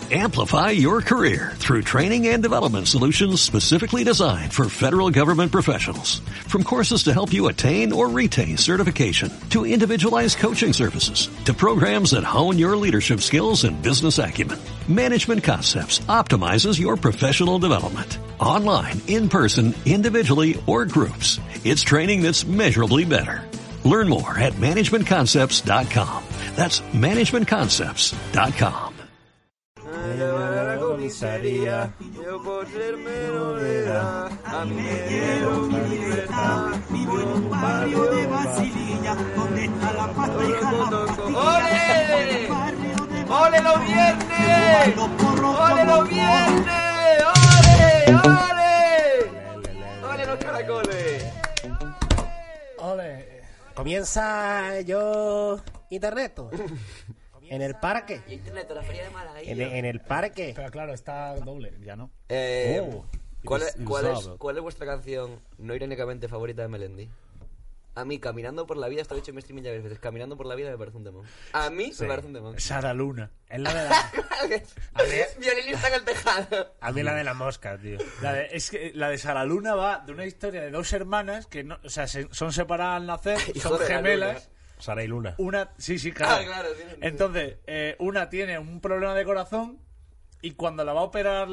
Amplify your career through training and development solutions specifically designed for federal government professionals. From courses to help you attain or retain certification, to individualized coaching services, to programs that hone your leadership skills and business acumen, Management Concepts optimizes your professional development. Online, in person, individually, or groups, it's training that's measurably better. Learn more at managementconcepts.com. That's managementconcepts.com. Llevar a la comisaría, yo por ser menor de edad, a mí me dieron mi libertad. Vivo en un barrio de Basililla, donde está la pasta y ¡Ole! ¡Ole los viernes! ¡Ole los viernes! ¡Ole! ¡Ole! ¡Ole los caracoles! ¡Ole! Comienza yo internet. En el parque. Internet, la feria de Málaga. En el parque. Pero claro, está doble, ya no. ¿Cuál es vuestra canción no irónicamente favorita de Melendi? A mí, Caminando por la vida, esto lo he hecho en mi streaming ya varias veces. Caminando por la vida me parece un temón. A mí me parece un temón. Sara Luna. Es la de la... Violinista en el tejado. A mí la de la mosca, tío. Es que la de Sara Luna va de una historia de dos hermanas que no, o sea, son separadas al nacer, Hijo son de la gemelas. luna. Sara y Luna. Una, sí, claro. Claro, sí. Entonces, una tiene un problema de corazón y cuando la va a operar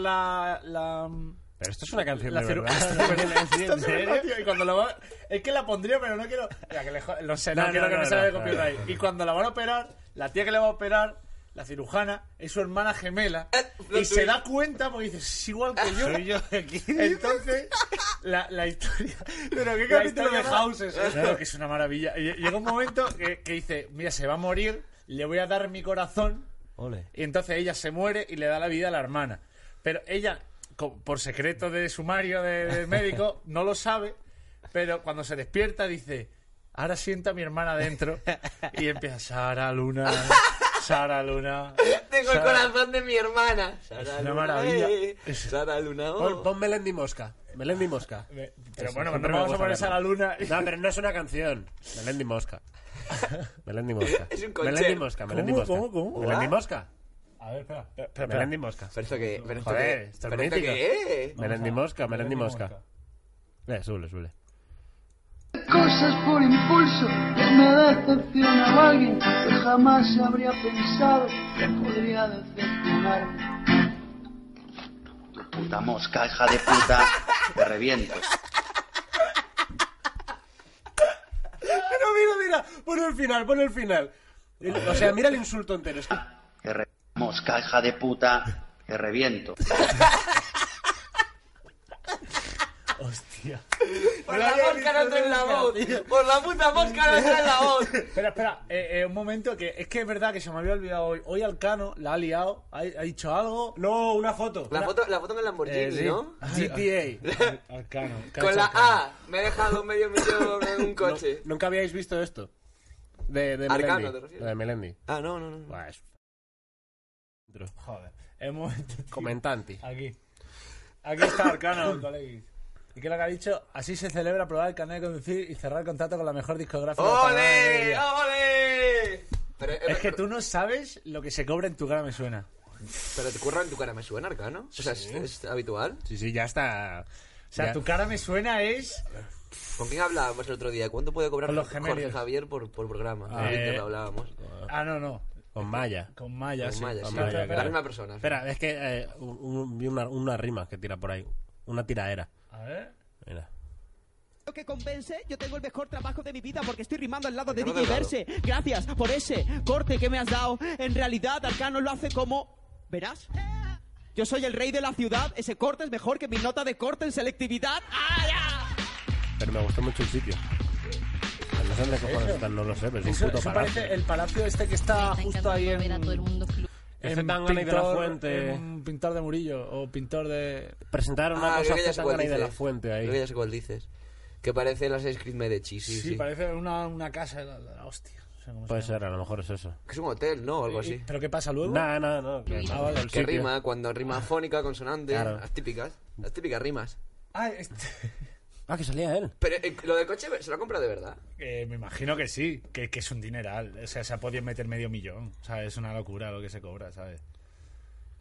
Pero esto es una canción la de ciru- verdad. ¿En serio? Y cuando la va... Es que la pondría, pero no quiero... Mira, que no sé, no quiero que me salga de copyright. Y cuando la van a operar, la tía que le va a operar, la cirujana, es su hermana gemela. Y se da cuenta porque dice, es igual que yo. Soy yo aquí. Entonces, la historia... Pero qué la capítulo historia de House es esto. Claro, que es una maravilla. Y llega un momento que dice, mira, se va a morir, le voy a dar mi corazón. Ole. Y entonces ella se muere y le da la vida a la hermana. Pero ella, por secreto de sumario del médico, no lo sabe. Pero cuando se despierta dice, ahora siento a mi hermana dentro. Y empieza, Sara Luna, Sara Luna. Tengo el corazón de mi hermana. Sara una maravilla. Sara Luna. Pon Melendi Mosca. Melendi Mosca. Pero bueno, Siempre no vamos me a poner gusta Sara Luna. No, pero no es una canción. Melendi Mosca. Melendi Mosca. Es un concierto. Melendi Mosca. Melendi Mosca. ¿Cómo? Melendi Mosca. A ver, espera. Melendi Mosca. ¿Pero esto qué? ¿Pero esto Joder, qué? esto es ¿Pero esto mítico. qué es? Melendi Mosca. Melendi Mosca. Sube. Cosas por impulso que me decepciona a alguien que jamás habría pensado que podría decepcionarme. Tu puta mosca, hija de puta, te reviento. Pero mira, pon el final. O sea, mira el insulto entero. Es que... Mosca, hija de puta, te reviento. Hostia. Por la mosca no entra en la voz. Por la puta mosca no entra en la voz. Espera, un momento, que es que es verdad que se me había olvidado hoy. Hoy Alcano la ha liado, ha dicho algo. No, una foto. La foto en el Lamborghini, Sí. ¿no? GTA. Alcano. Con la A. Me he dejado medio millón en un coche. ¿Nunca habíais visto esto? De Arcano, Melendi. ¿te refieres? Lo de Melendi. Ah, no. Buah, es... Joder. Un momento. Comentanti. Aquí está Arcano, colegui. ¿Y qué es lo que ha dicho? Así se celebra probar el carnet de conducir y cerrar contrato con la mejor discográfica. ¡Ole! ¡Ole! Es que tú no sabes lo que se cobra en Tu cara me suena. Pero te curra en Tu cara me suena, Arcano. O sea, ¿es habitual? Sí, ya está. O sea, Ya. Tu cara me suena es... ¿Con quién hablábamos el otro día? ¿Cuánto puede cobrar Con los Jorge gemelios. Javier por programa? Ah, Lo hablábamos. No. Con Maya. Con Maya, Con sí. Maya, Con sí. Maya, La claro. misma persona. Espera, es que vi una rima que tira por ahí. Una tiraera. A ver... Mira. Lo que convence, yo tengo el mejor trabajo de mi vida porque estoy rimando al lado de Arcano DJ Delgado. Verse. Gracias por ese corte que me has dado. En realidad, Arcano lo hace como... ¿Verás? Yo soy el rey de la ciudad. Ese corte es mejor que mi nota de corte en selectividad. ¡Ah, ya! Pero me gustó mucho el sitio. No sé dónde cojones están, no lo sé, pero es un Eso puto palacio. parece el palacio este que está justo ahí en... Este Tangana y de la Fuente. Un pintor de Murillo o pintor de... Presentaron una cosa creo que ya hace sé cuál Tangana y de la dices. Fuente ahí. Creo que ya sé cuál dices. Que parece el Assassin's Creed Medici, sí. parece una casa de la hostia. No sé cómo Puede se llama. ser, a lo mejor es eso. Que es un hotel, ¿no? O algo así. ¿Pero qué pasa luego? No. Que, vale. el Que sitio. rima, cuando rima fónica, consonante, Claro. las típicas rimas. Ah, Ah, que salía él. Pero lo del coche se lo ha comprado de verdad. me imagino que sí, que es un dineral. O sea, se ha podido meter $500,000. O sea, es una locura lo que se cobra, ¿sabes?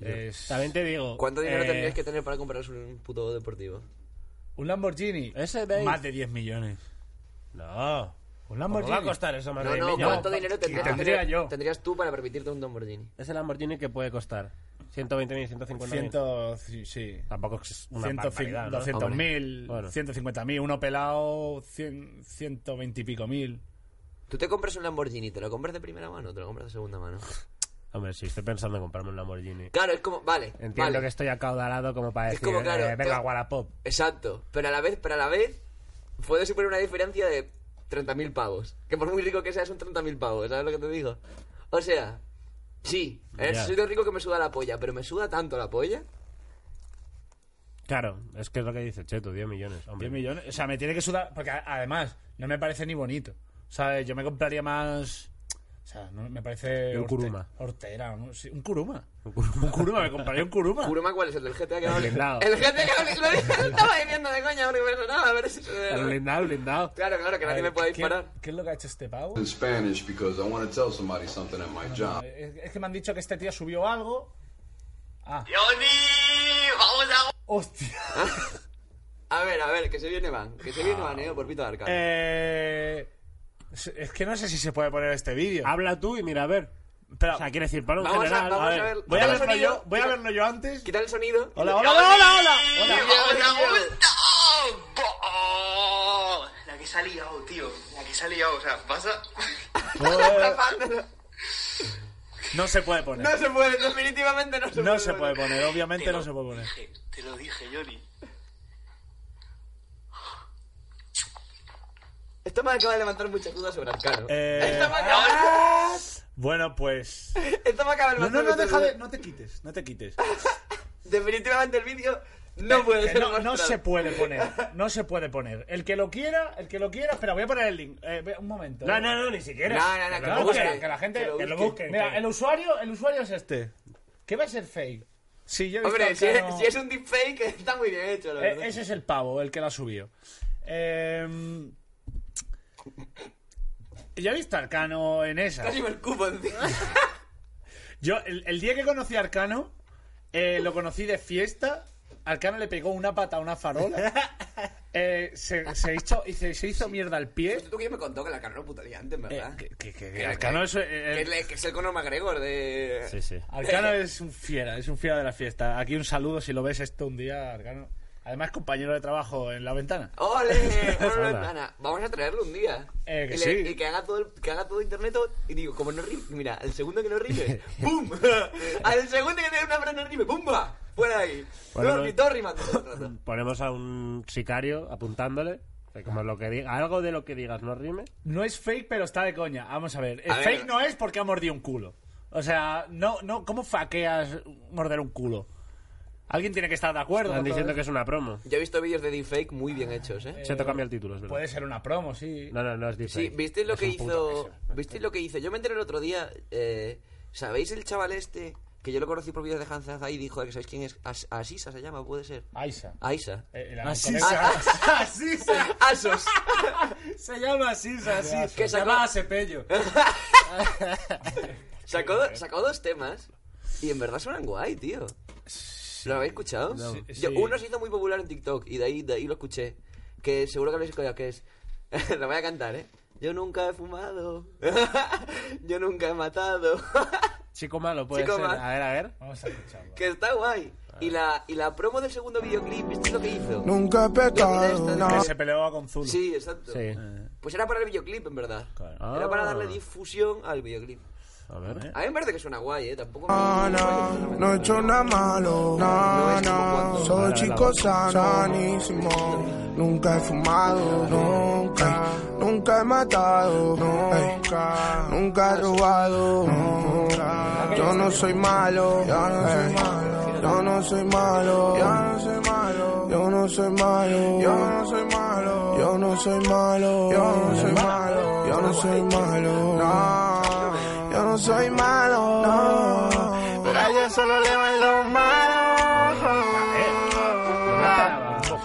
También te digo... ¿Cuánto dinero tendríais que tener para compraros un puto deportivo? Un Lamborghini. Ese de ahí. Más de 10 millones. No. Un Lamborghini. ¿Cómo va a costar eso más de 10 No, millones? ¿cuánto dinero tendrías tú para permitirte un Lamborghini? Ese Lamborghini que puede costar 120.000, 150.000. Sí. Tampoco es una 200.000, Bueno. 150.000, uno pelado, 120 y pico mil. Tú te compras un Lamborghini, ¿te lo compras de primera mano o te lo compras de segunda mano? Hombre, sí, estoy pensando en comprarme un Lamborghini. Claro, es como, vale. Entiendo que estoy acaudalado como para Es decir, como, claro, venga, Wallapop. Exacto, pero a la vez puede suponer una diferencia de 30.000 pavos. Que por muy rico que seas, son 30.000 pavos, ¿sabes lo que te digo? O sea, sí, soy de rico que me suda la polla, pero me suda tanto la polla. Claro, es que es lo que dice Cheto, 10 millones, hombre. 10 millones, o sea, me tiene que sudar, porque además no me parece ni bonito. O sea, yo me compraría más... O sea, no me parece... Un Kuruma. Hortera, ¿no? Sí, un Kuruma. Un Kuruma, me compraría un Kuruma. ¿Kuruma cuál es? ¿El del GTA que El blindado. El GTA que lo estaba diciendo de coña, porque me sonaba, a ver si... El blindado. Claro, que nadie me pueda disparar. ¿Qué es lo que ha hecho este pavo? In Spanish because I want to tell somebody something at my job. Es que me han dicho que este tío subió algo... Ah. ¡Hostia! A ver, que se viene Van, por Pito de Arcano. Es que no sé si se puede poner este vídeo. Habla tú y mira, a ver. Pero, o sea, quiere decir, para un vamos general... a ver. Voy a verlo yo antes. Quita el sonido. Hola. La que se ha liado, tío. O sea, pasa... No se puede poner. No se puede, definitivamente no se puede. No se puede poner, obviamente no se puede poner. Te lo dije, Johnny. Esto me acaba de levantar muchas dudas sobre Arcano. Bueno, pues... Esto me acaba de levantar muchas dudas. No te quites. Definitivamente el vídeo no puede ser mostrado. No se puede poner. El que lo quiera, espera, voy a poner el link. Un momento. No, ni siquiera. No, que la gente que lo busque. Mira, el usuario es este. ¿Qué va a ser fake? Sí, yo he visto Hombre, si Arcano... es un deepfake, está muy bien hecho, la verdad. Ese es el pavo, el que lo ha subido. Yo he visto a Arcano en esa. Casi me escupo encima. Yo, el día que conocí a Arcano, lo conocí de fiesta. Arcano le pegó una pata a una farola. Se hizo mierda al pie. Tú que me contó que el Arcano era un puto liante, en verdad. Que Arcano es... que es el Conor McGregor de... Sí. Arcano es un fiera de la fiesta. Aquí un saludo si lo ves esto un día, Arcano. Además, compañero de trabajo en La Ventana. ¡Ole! ¡Hola, La Ventana! Vamos a traerlo un día. Sí. Y que haga todo internet. Y digo, como no rime... Mira, el segundo que no rime, ¡pum! Al segundo que tiene una frase no rime, ¡pumba! Fuera ahí. Todo rimando. Ponemos a un sicario apuntándole. Como lo que diga, algo de lo que digas no rime. No es fake, pero está de coña. Vamos a ver. Fake ver. no es porque ha mordido un culo. O sea, no, ¿cómo faqueas morder un culo? Alguien tiene que estar de acuerdo. Están diciendo que es una promo. Yo he visto vídeos de deepfake muy bien hechos, ¿eh? Se te cambia el título, es verdad. Puede ser una promo, sí. No es deepfake. Sí, ¿visteis lo que hizo? ¿Visteis lo que hizo? Yo me enteré el otro día. ¿Sabéis el chaval este? Que yo lo conocí por vídeos de Hanzaz y dijo que ¿sabéis quién es? Asisa se llama, puede ser. Aisa. Aisa. Asos. Se llama Asisa, sí. Que se llama Sepello. Sacó dos temas y en verdad suenan guay, tío. ¿Lo habéis escuchado? No. Uno se hizo muy popular en TikTok y de ahí lo escuché. Que seguro que lo habéis escuchado, que es... Lo voy a cantar, ¿eh? Yo nunca he fumado. Yo nunca he matado. Chico malo puede Chico ser. malo. A ver. Vamos a escucharlo. Que está guay. Y la promo del segundo videoclip, ¿viste lo que hizo? Nunca he pecado, no. Que se peleó con Zulu. Sí, exacto. Sí. Pues era para el videoclip, en verdad. Claro. Era para darle difusión al videoclip. A ver. A mí me parece que suena guay, Tampoco No he hecho nada malo, no. Soy chico sanísimo. Nunca he fumado, nunca he matado, nunca he robado, yo no soy malo, yo no soy malo, yo no soy malo, yo no soy malo, yo no soy malo, yo no soy malo, yo no soy malo, yo no soy malo, pero a ella solo le va lo malo.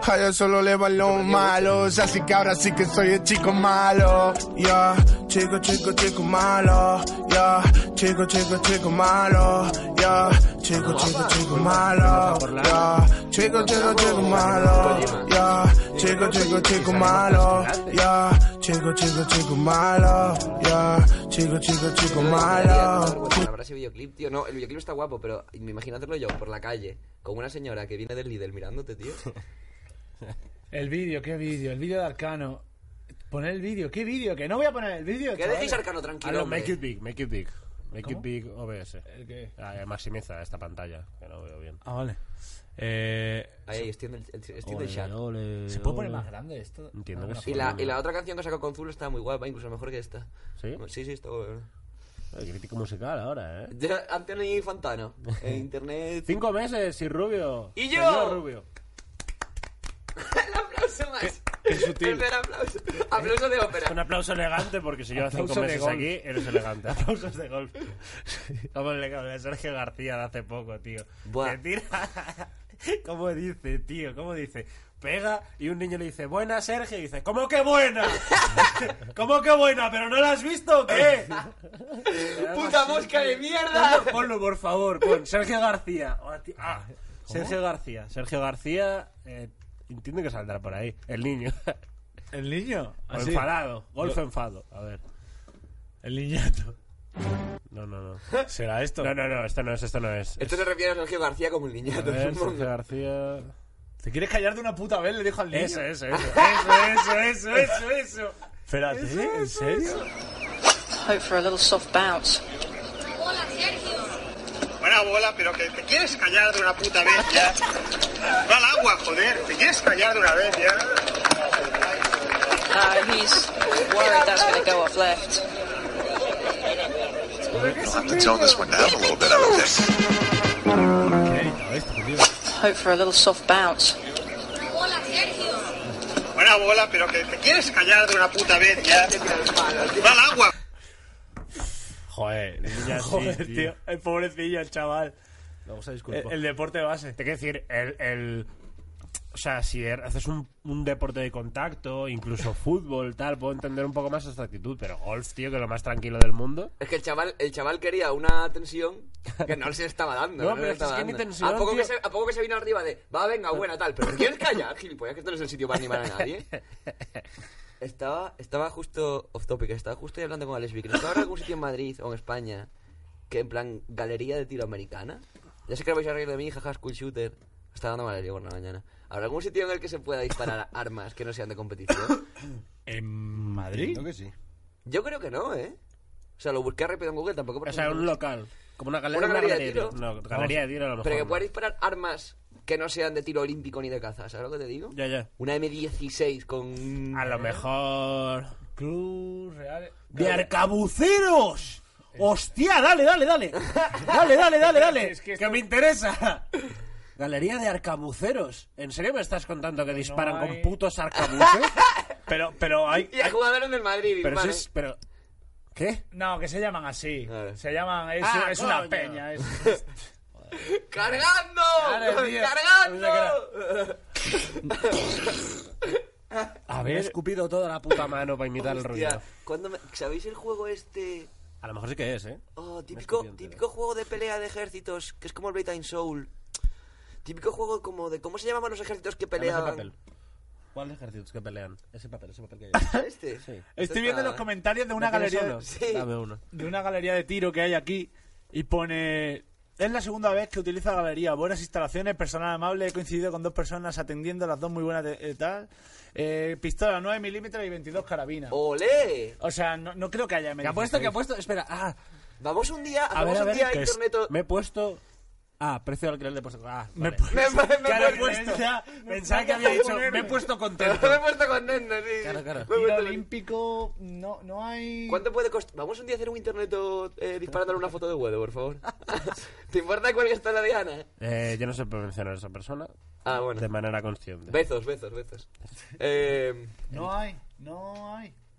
A ella solo le van los malos, así que ahora sí que soy el chico malo. Ya, chico, chico, chico malo. Ya, chico, chico, chico malo. Ya, chico, chico, chico malo. Ya, chico, chico, chico malo. Ya, chico, chico, chico malo. Ya, chico, chico, chico malo. Ya, chico, chico, chico malo. Habrá ese videoclip, tío. No, el videoclip está guapo, pero me imagino hacerlo yo por la calle, con una señora que viene del Lidl mirándote, tío. El vídeo, ¿qué vídeo? El vídeo de Arcano. Poner el vídeo, ¿qué vídeo? Que no voy a poner el vídeo. Que dejéis Arcano tranquilo. Make it big, make it big. Make it big OBS. ¿El qué? Maximiza esta pantalla, que no veo bien. Ah, vale. Ahí, extiende el chat. ¿Se puede poner más grande esto? Entiendo que sí. Y la otra canción que sacó con Zul está muy guapa, incluso mejor que esta. ¿Sí? Sí, está bueno. Crítico musical ahora, ¿eh? Anthony Fantano. En internet. 5 meses y Rubio. ¡Y yo! Rubio. El aplauso más. Qué sutil. El aplauso. Aplauso de ópera. Un aplauso elegante porque si llevas 5 meses aquí, eres elegante. Aplausos de golf. Como el de Sergio García de hace poco, tío. Buah. Que tira. ¿Cómo dice, tío? ¿Cómo dice? Pega y un niño le dice, buena, Sergio, y dice, ¿cómo que buena? ¿Cómo que buena? ¿Pero no la has visto o qué? ¡Puta mosca de mierda! Ponlo, por favor, pon Sergio García. Sergio García. Sergio García, entiendo que saldrá por ahí. El niño. ¿El niño? O enfadado. Golf enfado. A ver. El niñato. No. ¿Será esto? No, esto no es. Esto se refiere a Sergio García como el niñato. A ver, Sergio García... ¿Te quieres callar de una puta vez? Le dijo al niño. Eso. Espérate, ¿en serio? Hope for a little soft bounce. Hola, Sergio. Buena bola, pero que te quieres callar de una puta vez ya. Va al agua, joder. Te quieres callar de una vez ya. He's worried that's going to go off left. You'll have to tone this one down a little bit, I would think. Hope for a little soft bounce. Hola, Sergio. Buena bola, pero que te quieres callar de una puta vez ya. Va al agua. Joder, Joder, tío. El pobrecillo, el chaval. Luego se disculpa. El deporte base. Te quiero decir, o sea, si haces un deporte de contacto, incluso fútbol, tal, puedo entender un poco más esta actitud, pero golf, tío, que es lo más tranquilo del mundo. Es que el chaval quería una tensión que no se le estaba dando. No, pero es que ni tensión, ¿A poco tío? que se vino arriba de, venga, buena, tal, pero ¿quieres callar, gilipollas? Que esto no es el sitio para animar a nadie. Estaba justo off topic, estaba justo ahí hablando con Alex Vick. ¿Estaba en algún sitio en Madrid o en España que en plan galería de tiro americana? Ya sé que vais a reír de mí, jaja, school shooter. Está dando malaria por la mañana. ¿Habrá algún sitio en el que se pueda disparar armas que no sean de competición? ¿En Madrid? Creo que sí. Yo creo que no, ¿eh? O sea, lo busqué rápido en Google, tampoco... O sea, un local. Como una galería de tiro. No, galería de tiro a lo mejor. Pero que puedas disparar armas que no sean de tiro olímpico ni de caza, ¿sabes lo que te digo? Ya. Una M16 con... A lo mejor... Cruz Real... ¡De arcabuceros! ¡Hostia! Dale. Dale. Es que me interesa. Galería de arcabuceros. ¿En serio me estás contando que disparan con putos arcabuces? pero hay... Y hay jugadores del Madrid, pero ¿qué? No, que se llaman así. Se llaman... Es una peña. ¡Cargando! Claro, ¡Cargando! A ver, he escupido toda la puta mano para imitar el ruido. ¿Sabéis el juego este? A lo mejor sí que es, ¿eh? Oh, típico juego de pelea de ejércitos, que es como el Blade and Soul. Típico juego como de... ¿Cómo se llamaban los ejércitos que peleaban? ¿Cuál ejércitos que pelean? Ese papel que hay. ¿Este? Sí. Estoy viendo los comentarios de una galería... Dame uno. De una galería de tiro que hay aquí y pone... Es la segunda vez que utilizo la galería. Buenas instalaciones, personal amable. He coincidido con 2 personas atendiendo, las 2 muy buenas tal. Pistola 9 milímetros y 22 carabinas. ¡Olé! O sea, no creo que haya... ¿Qué ha puesto? Espera. Vamos un día a internet... Me he puesto... precio de alquiler de puesto. Vale. Me he puesto. Pensaba que había dicho, me he puesto contento. Me he puesto contento, sí. Claro. Tiro olímpico, no hay... ¿Cuánto puede costar? Vamos un día a hacer un interneto disparándole una foto de huevo, por favor. ¿Te importa cuál está la Diana? Yo no sé mencionar a esa persona. Bueno. De manera consciente. Besos. No hay.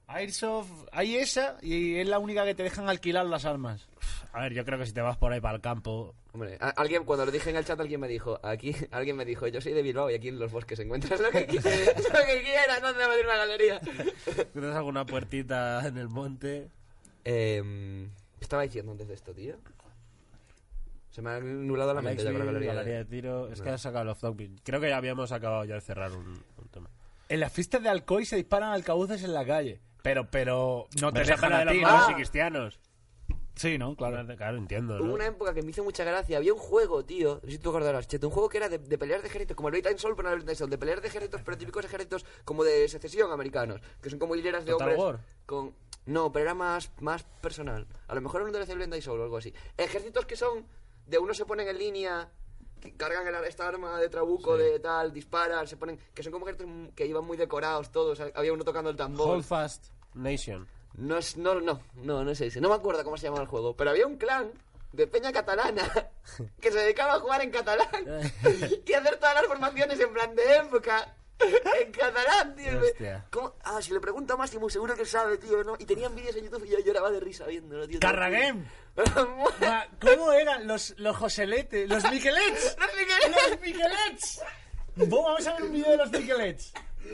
Airsoft, hay esa y es la única que te dejan alquilar las armas. A ver, yo creo que si te vas por ahí para el campo... Hombre, alguien, cuando lo dije en el chat, alguien me dijo, yo soy de Bilbao y aquí en los bosques encuentras lo que quieras, no te va a meter una galería. ¿Tienes alguna puertita en el monte? ¿Qué estaba diciendo antes de esto, tío? Se me ha anulado la mente ya con la galería de tiro. Es que has sacado el off-topic. Creo que ya habíamos acabado ya de cerrar un tema. En las fiestas de Alcoy se disparan alcabuces en la calle. Pero no te dejan a ti, los ¿no? malos y cristianos. Sí, ¿no? Claro, entiendo, ¿no? Hubo una época que me hizo mucha gracia. Había un juego, tío, no sé si tú acordarás, Cheto, un juego que era de pelear de ejércitos, como el Blade and Soul, pero no el Blade and Soul, de pelear de ejércitos, pero típicos ejércitos como de secesión americanos, que son como hileras de Total hombres War. con... No, pero era más personal. A lo mejor era un DLC de Blade and Soul o algo así. Ejércitos que son de unos se ponen en línea, que cargan esta arma de trabuco, de tal, disparan, se ponen... Que son como ejércitos que iban muy decorados todos, había uno tocando el tambor. Hold Fast Nation. No es ese. No me acuerdo cómo se llamaba el juego. Pero había un clan de peña catalana que se dedicaba a jugar en catalán y hacer todas las formaciones en plan de época en catalán, tío. Si le pregunto a Máximo, seguro que sabe, tío, ¿no? Y tenían vídeos en YouTube y yo lloraba de risa viéndolo, tío. ¡Carragem! ¿Cómo eran los Joseletes? ¡Los Miquelets! ¡Los Miquelets! Vamos a ver un vídeo de los Miquelets.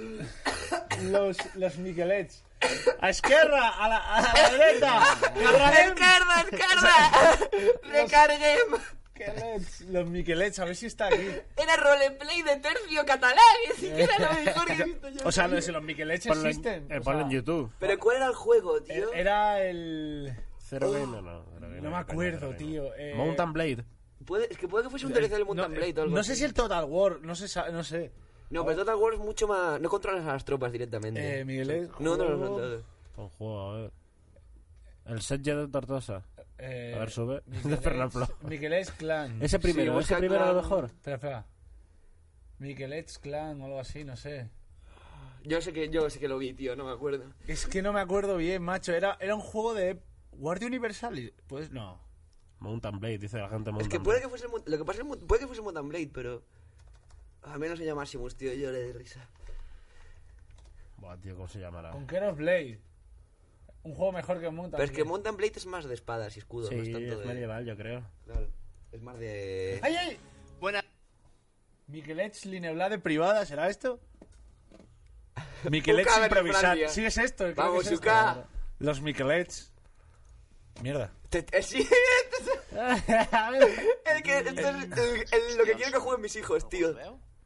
Los Miquelets. A Esquerra, a la derecha. Esquerra. Recarguem. Los Miquelets, a ver si está aquí. Era roleplay de tercio catalán. Y era lo mejor que he visto yo. O sea, los Miquelets existen. Ponlo en YouTube. Pero ¿cuál era el juego, tío? Era el... No me acuerdo, tío. Mountain Blade. Es que puede que fuese un DLC del Mountain Blade o algo No sé si el Total War, no sé. No, pero Total War es mucho más... No controlas a las tropas directamente. Miguel, No. Un juego, a ver. El Setge de Tortosa. A ver, sube. De Fernando. Miquelets Clan. Ese primero a lo mejor. Espera. Miquelets Clan o algo así, no sé. Yo sé que lo vi, tío, no me acuerdo. Es que no me acuerdo bien, macho. Era un juego de Guardia Universal. Pues no. Mountain Blade, dice la gente. Es que puede que fuese lo que pasa es puede que fuese Mountain Blade, pero a mí no se llama Maximus, tío, yo le de risa. Buah, tío, ¿cómo se llamará? Conquer of Blade. Un juego mejor que Mountain Blade. Pero es que Mountain Blade es más de espadas y escudos, sí, no es tanto de... medieval, yo creo. Claro, es más de... ¡Ay! Buena. Miquelets Lineblade privada, ¿será esto? Miquelets improvisar. Sí, es esto. Vamos, Yuka. Los Miquelets. Mierda. Sí, lo que quiero que jueguen mis hijos, tío.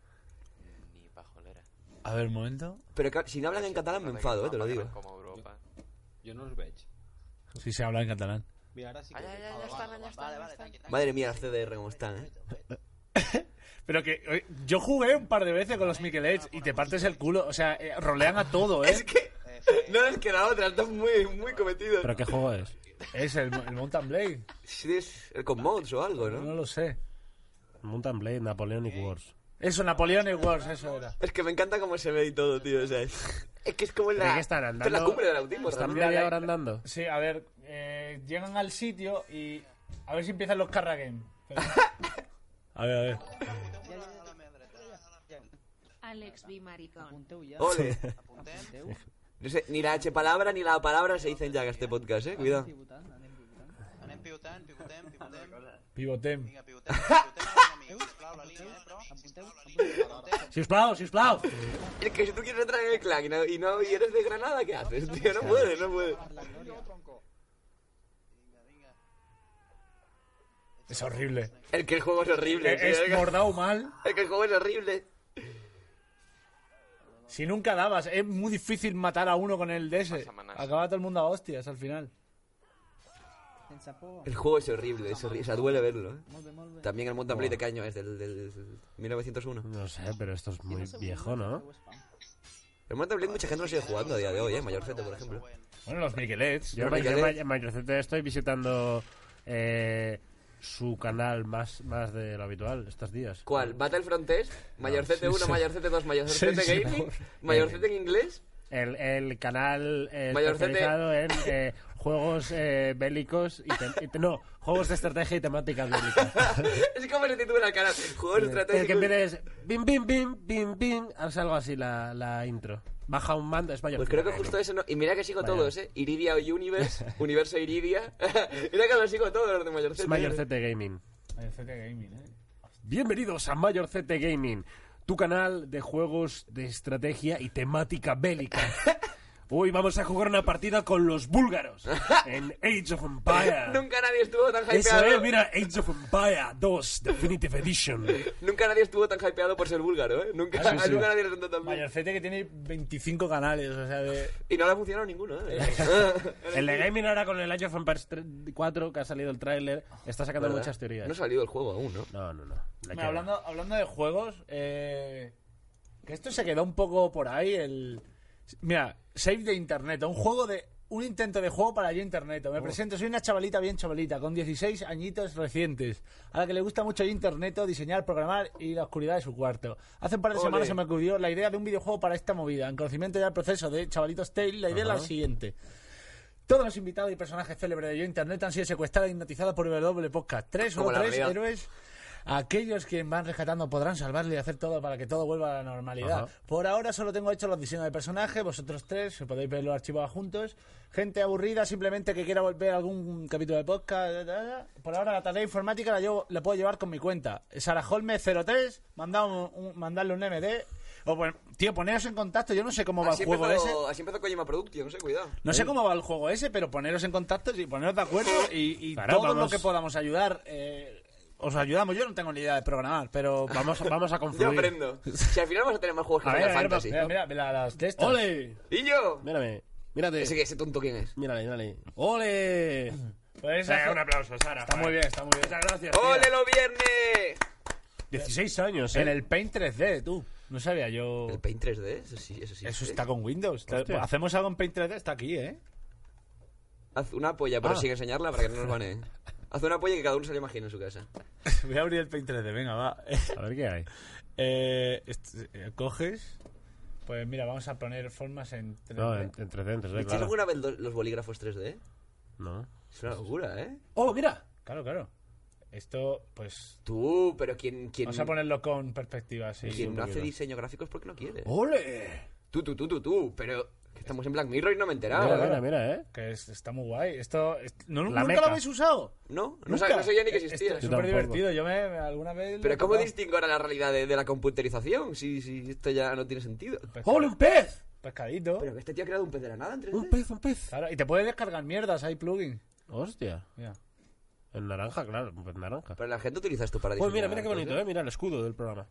A ver, un momento. Pero si no hablan en catalán me enfado, te lo digo. Jo no els veig. Sí, se habla en catalán. Mira, ara sí que... Allà estan. Madre mía, las CDR cómo están, Pero que yo jugué un par de veces con los Miquelets y te partes el culo. O sea, rolean a todo, ¿eh? Es que no les queda otra, están muy cometidos. ¿Pero qué juego es? Es el Mountain Blade. Sí, es el con mods o algo, ¿no? No lo sé. Mountain Blade, Napoleonic Wars. Eso, Napoleonic Wars, eso era. Es que me encanta cómo se ve y todo, tío. O sea, es que es como en la... ¿Qué están andando? Es la cumbre del autismo. ¿Están media hora andando? Sí, a ver, llegan al sitio y... A ver si empiezan los Carragem. A ver. Àlex Bimaricón. Ole. No sé, ni la H palabra ni la palabra se dicen ya en este podcast, cuidado. Anem pivotem. Pivotem. Sisplau. Es que si tú quieres entrar en el clan y eres de Granada, ¿qué haces, tío? No puedes. Es horrible. El que el juego es horrible. Es mordado mal. El que el juego es horrible. Si nunca dabas, es muy difícil matar a uno con el DS. Acaba todo el mundo a hostias al final. El juego es horrible, o sea, duele verlo. También el Mountain Blade de qué año es, del 1901. No sé, pero esto es muy viejo, ¿no? El Mountain Blade mucha gente lo sigue jugando a día de hoy, Mayorcete, por ejemplo. Bueno, los Miquelets. Yo en Mayorcete estoy visitando su canal más de lo habitual estos días. ¿Cuál? ¿Battlefront 3? ¿Mayorcete 1, Mayorcete 2, Mayorcete Gaming? ¿Mayorcete en inglés? El canal especializado en juegos bélicos no, juegos de estrategia y temáticas bélicas. Es como se titula el canal, juegos estratégicos. El que empieza es bim, algo así la intro. baja un mando, es Mayor Pues ZT creo que Gaming. justo eso no. Y mira que sigo Vaya. todos, Iridia Universe, Universo Iridia. Mira que los sigo todos los de Mayor Es ZT. Mayor ZT Gaming. Mayor ZT Gaming, Bienvenidos a Mayor ZT Gaming, tu canal de juegos de estrategia y temática bélica. Hoy vamos a jugar una partida con los búlgaros en Age of Empires. Nunca nadie estuvo tan Eso hypeado. mira, Age of Empires 2 Definitive Edition. Nunca nadie estuvo tan hypeado por ser búlgaro, Nunca, Ah, sí, sí. nunca nadie le sentó tan bien. Mayor ZT que tiene 25 canales, o sea, de... Y no le ha funcionado ninguno, El de Gaming ahora con el Age of Empires 4, que ha salido el tráiler, está sacando ¿Verdad? muchas teorías. No ha salido el juego aún, ¿no? No. Mira, hablando de juegos, que esto se quedó un poco por ahí, Mira, Save de Internet, un intento de juego para yo Internet. Me presento, soy una chavalita bien chavalita, con 16 añitos recientes, a la que le gusta mucho Internet, diseñar, programar y la oscuridad de su cuarto. Hace un par de semanas se me ocurrió la idea de un videojuego para esta movida. En conocimiento ya del proceso de Chavalitos Tale, la idea es la siguiente. Todos los invitados y personajes célebres de Yo Internet han sido secuestrados e hipnotizados por W Podcast. Como la 3 realidad. héroes. Aquellos que van rescatando podrán salvarle y hacer todo para que todo vuelva a la normalidad. Ajá. Por ahora solo tengo hechos los diseños de personajes, vosotros tres, si podéis ver los archivos juntos. Gente aburrida, simplemente que quiera volver a algún capítulo de podcast. Por ahora la tarea informática la puedo llevar con mi cuenta. SaraHolme03, mandarle un MD. O pues, tío, poneros en contacto, yo no sé cómo va el juego ese. Así empezó Kojima Productions, cuidado. No sé cómo va el juego ese, pero poneros en contacto y poneros de acuerdo y Claro, todo vamos. lo que podamos ayudar. Os ayudamos, yo no tengo ni idea de programar, pero Vamos a Yo confluir. aprendo. Si al final vamos a tener más juegos que Final Fantasy. mira, las de estas. ¡Ole! ¿Y yo? Mírate. Ese tonto quién es. Mírale. ¡Ole! Pues Un aplauso, Sara. Está muy bien, está muy bien. Muchas gracias. tía. ¡Ole, lo viernes! 16 años, En el Paint 3D, tú. No sabía yo. El Paint 3D, eso sí. Eso está con Windows. Hostia. Hacemos algo en Paint 3D, está aquí, ¿eh? Haz una polla, pero sin enseñarla para que no nos baneen. Haz una polla que cada uno se la imagine en su casa. Voy a abrir el Paint 3D, venga, va. A ver qué hay. Coges. Pues mira, vamos a poner formas en 3D. No, en 3D, ¿Viste claro. alguna vez los bolígrafos 3D? No. Es una locura, ¿eh? ¡Oh, mira! Claro. Esto, pues. Tú, pero ¿quién Vamos a ponerlo con perspectiva, sí. quien no hace poquito. diseño gráfico es porque no quiere? ¡Ole! Tú, pero que estamos en Black Mirror y no me he enterado. Mira, Que está muy guay. Esto. La ¿Nunca meca. lo habéis usado? No ¿Nunca? sabía ni que Esto existía. es súper divertido. Yo alguna vez. Pero lo he ¿cómo tocado. distingo ahora la realidad de la computerización? Si esto ya no tiene sentido. ¡Ole, un pez! Pescadito. Pero que este tío ha creado un pez de la nada en 3D. Un pez. Claro, y te puedes descargar mierdas, hay plugin. Hostia. Mira. En naranja, claro, un pez naranja. Pero la gente utiliza esto para Pues diseñar. mira qué bonito, mira el escudo del programa.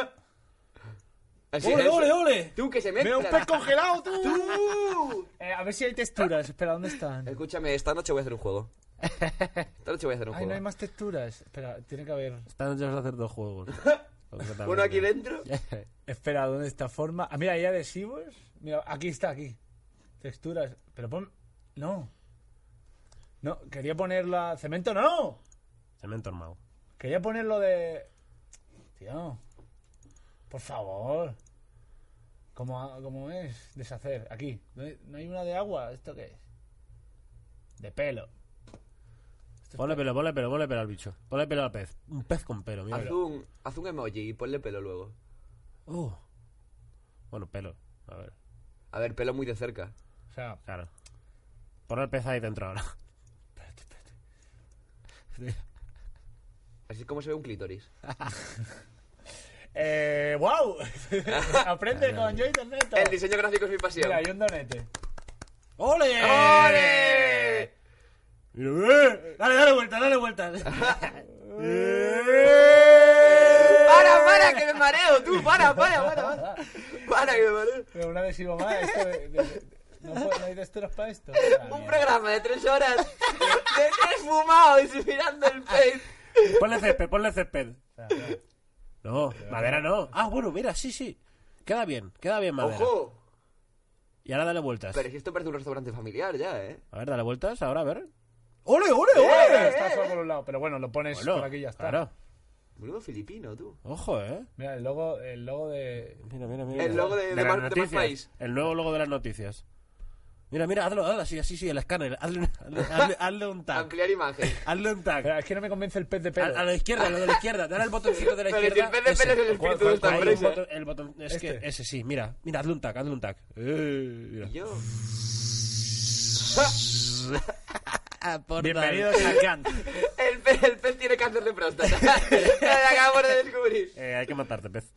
Así ¡Ole, es. ole, ole! Tú, que se ¡Mira mezcla. un pez congelado, tú! ¡Tú! A ver si hay texturas. Espera, ¿dónde están? Escúchame, esta noche voy a hacer un juego. Esta noche voy a hacer un Ay, juego. no hay más texturas. Espera, tiene que haber. Esta noche vas a hacer 2 juegos. Uno aquí dentro. Espera, ¿dónde está forma? Ah, mira, hay adhesivos. Mira, aquí está, aquí. Texturas. Pero pon. No. No, quería ponerla. ¡Cemento no! Cemento armado. Quería ponerlo de. Tío. Por favor. ¿Cómo es? Deshacer. Aquí. ¿No hay una de agua? ¿Esto qué es? De pelo. Ponle pelo al bicho. Ponle pelo al pez. Un pez con pelo, mira. Haz un emoji y ponle pelo luego. Bueno, pelo. A ver, pelo muy de cerca. O sea, Claro. Pon el pez ahí dentro ahora. Así es como se ve un clítoris. ¡Wow! Aprende con Yo Internet. El diseño gráfico es mi pasión. Mira, hay un donete. ¡Ole! ¡Ole! Mira, Dale vuelta. ¡Para, que me mareo, tú! ¡Para, que me mareo! Pero un adhesivo más. No hay texturas para esto. Un programa de 3 horas de 3 fumados y mirando el pez. Ponle césped. No, madera no. Ah, bueno, mira, sí. Queda bien madera. ¡Ojo! Y ahora dale vueltas. Pero si esto parece un restaurante familiar ya, ¿eh? A ver, dale vueltas, ahora a ver. ¡Ole! Está solo por un lado, pero bueno, lo pones por aquí y ya está. Claro. Menudo filipino, tú. Ojo, Mira, el logo de... Mira. El logo de las My noticias. Face. El nuevo logo de las noticias. Mira, hazlo, así, el escáner. Hazle un tag. Ampliar imagen. Hazle un tag. Pero es que no me convence el pez de pelo. A la izquierda, lo de la izquierda. Dale al botoncito de la Pero izquierda. si el pez de pelo es el espíritu de esta Ahí, empresa. el botón, es Este. que ese sí, mira, hazle un tag. Mira. Y yo. Bienvenidos a Kant. El pez tiene cáncer de próstata. Lo acabamos de descubrir. Hay que matarte, pez.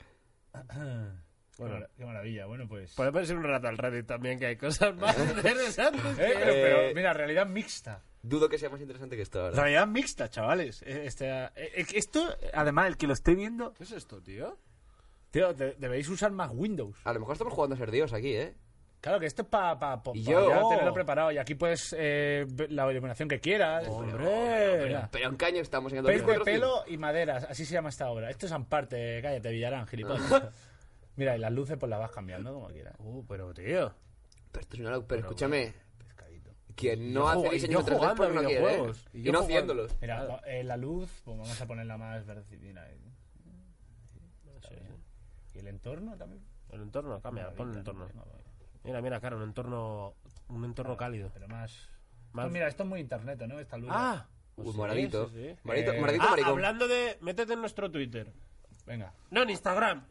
Bueno, qué maravilla. Bueno, pues. Podemos ir un rato al Reddit también, que hay cosas más interesantes. Pero mira, realidad mixta. Dudo que sea más interesante que esto, la verdad. Realidad mixta, chavales. Esto, además, el que lo esté viendo. ¿Qué es esto, tío? Tío, debéis usar más Windows. A lo mejor estamos jugando a ser Dios aquí, ¿eh? Claro, que esto es para yo- ya tenerlo preparado. Y aquí puedes la iluminación que quieras. ¡Hombre! Pero en caño estamos en el Pez de 2004. pelo y maderas. Así se llama esta obra. Esto es Amparte. Cállate, Villarán, gilipollas. Mira, y las luces pues las vas cambiando como quieras. Pero tío. Pero esto es una locura. Pero escúchame. Pescadito. Quien no Yo hace juego- diseño yo de 3D jugando porque a no quiere, ¿eh? videojuegos. Y Y yo no jugando. haciéndolos. Mira, la luz, pues vamos a ponerla más verde. Mira, y el entorno también. El entorno, cambia, pon el entorno. Mira, claro, un entorno cálido. Pero más... Más- Pues mira, esto es muy internet, ¿no? Esta luz. Ah, Uy, moradito. sí. Moradito, Eh, moradito maricón. hablando de... Métete en nuestro Twitter. Venga. No, en Instagram.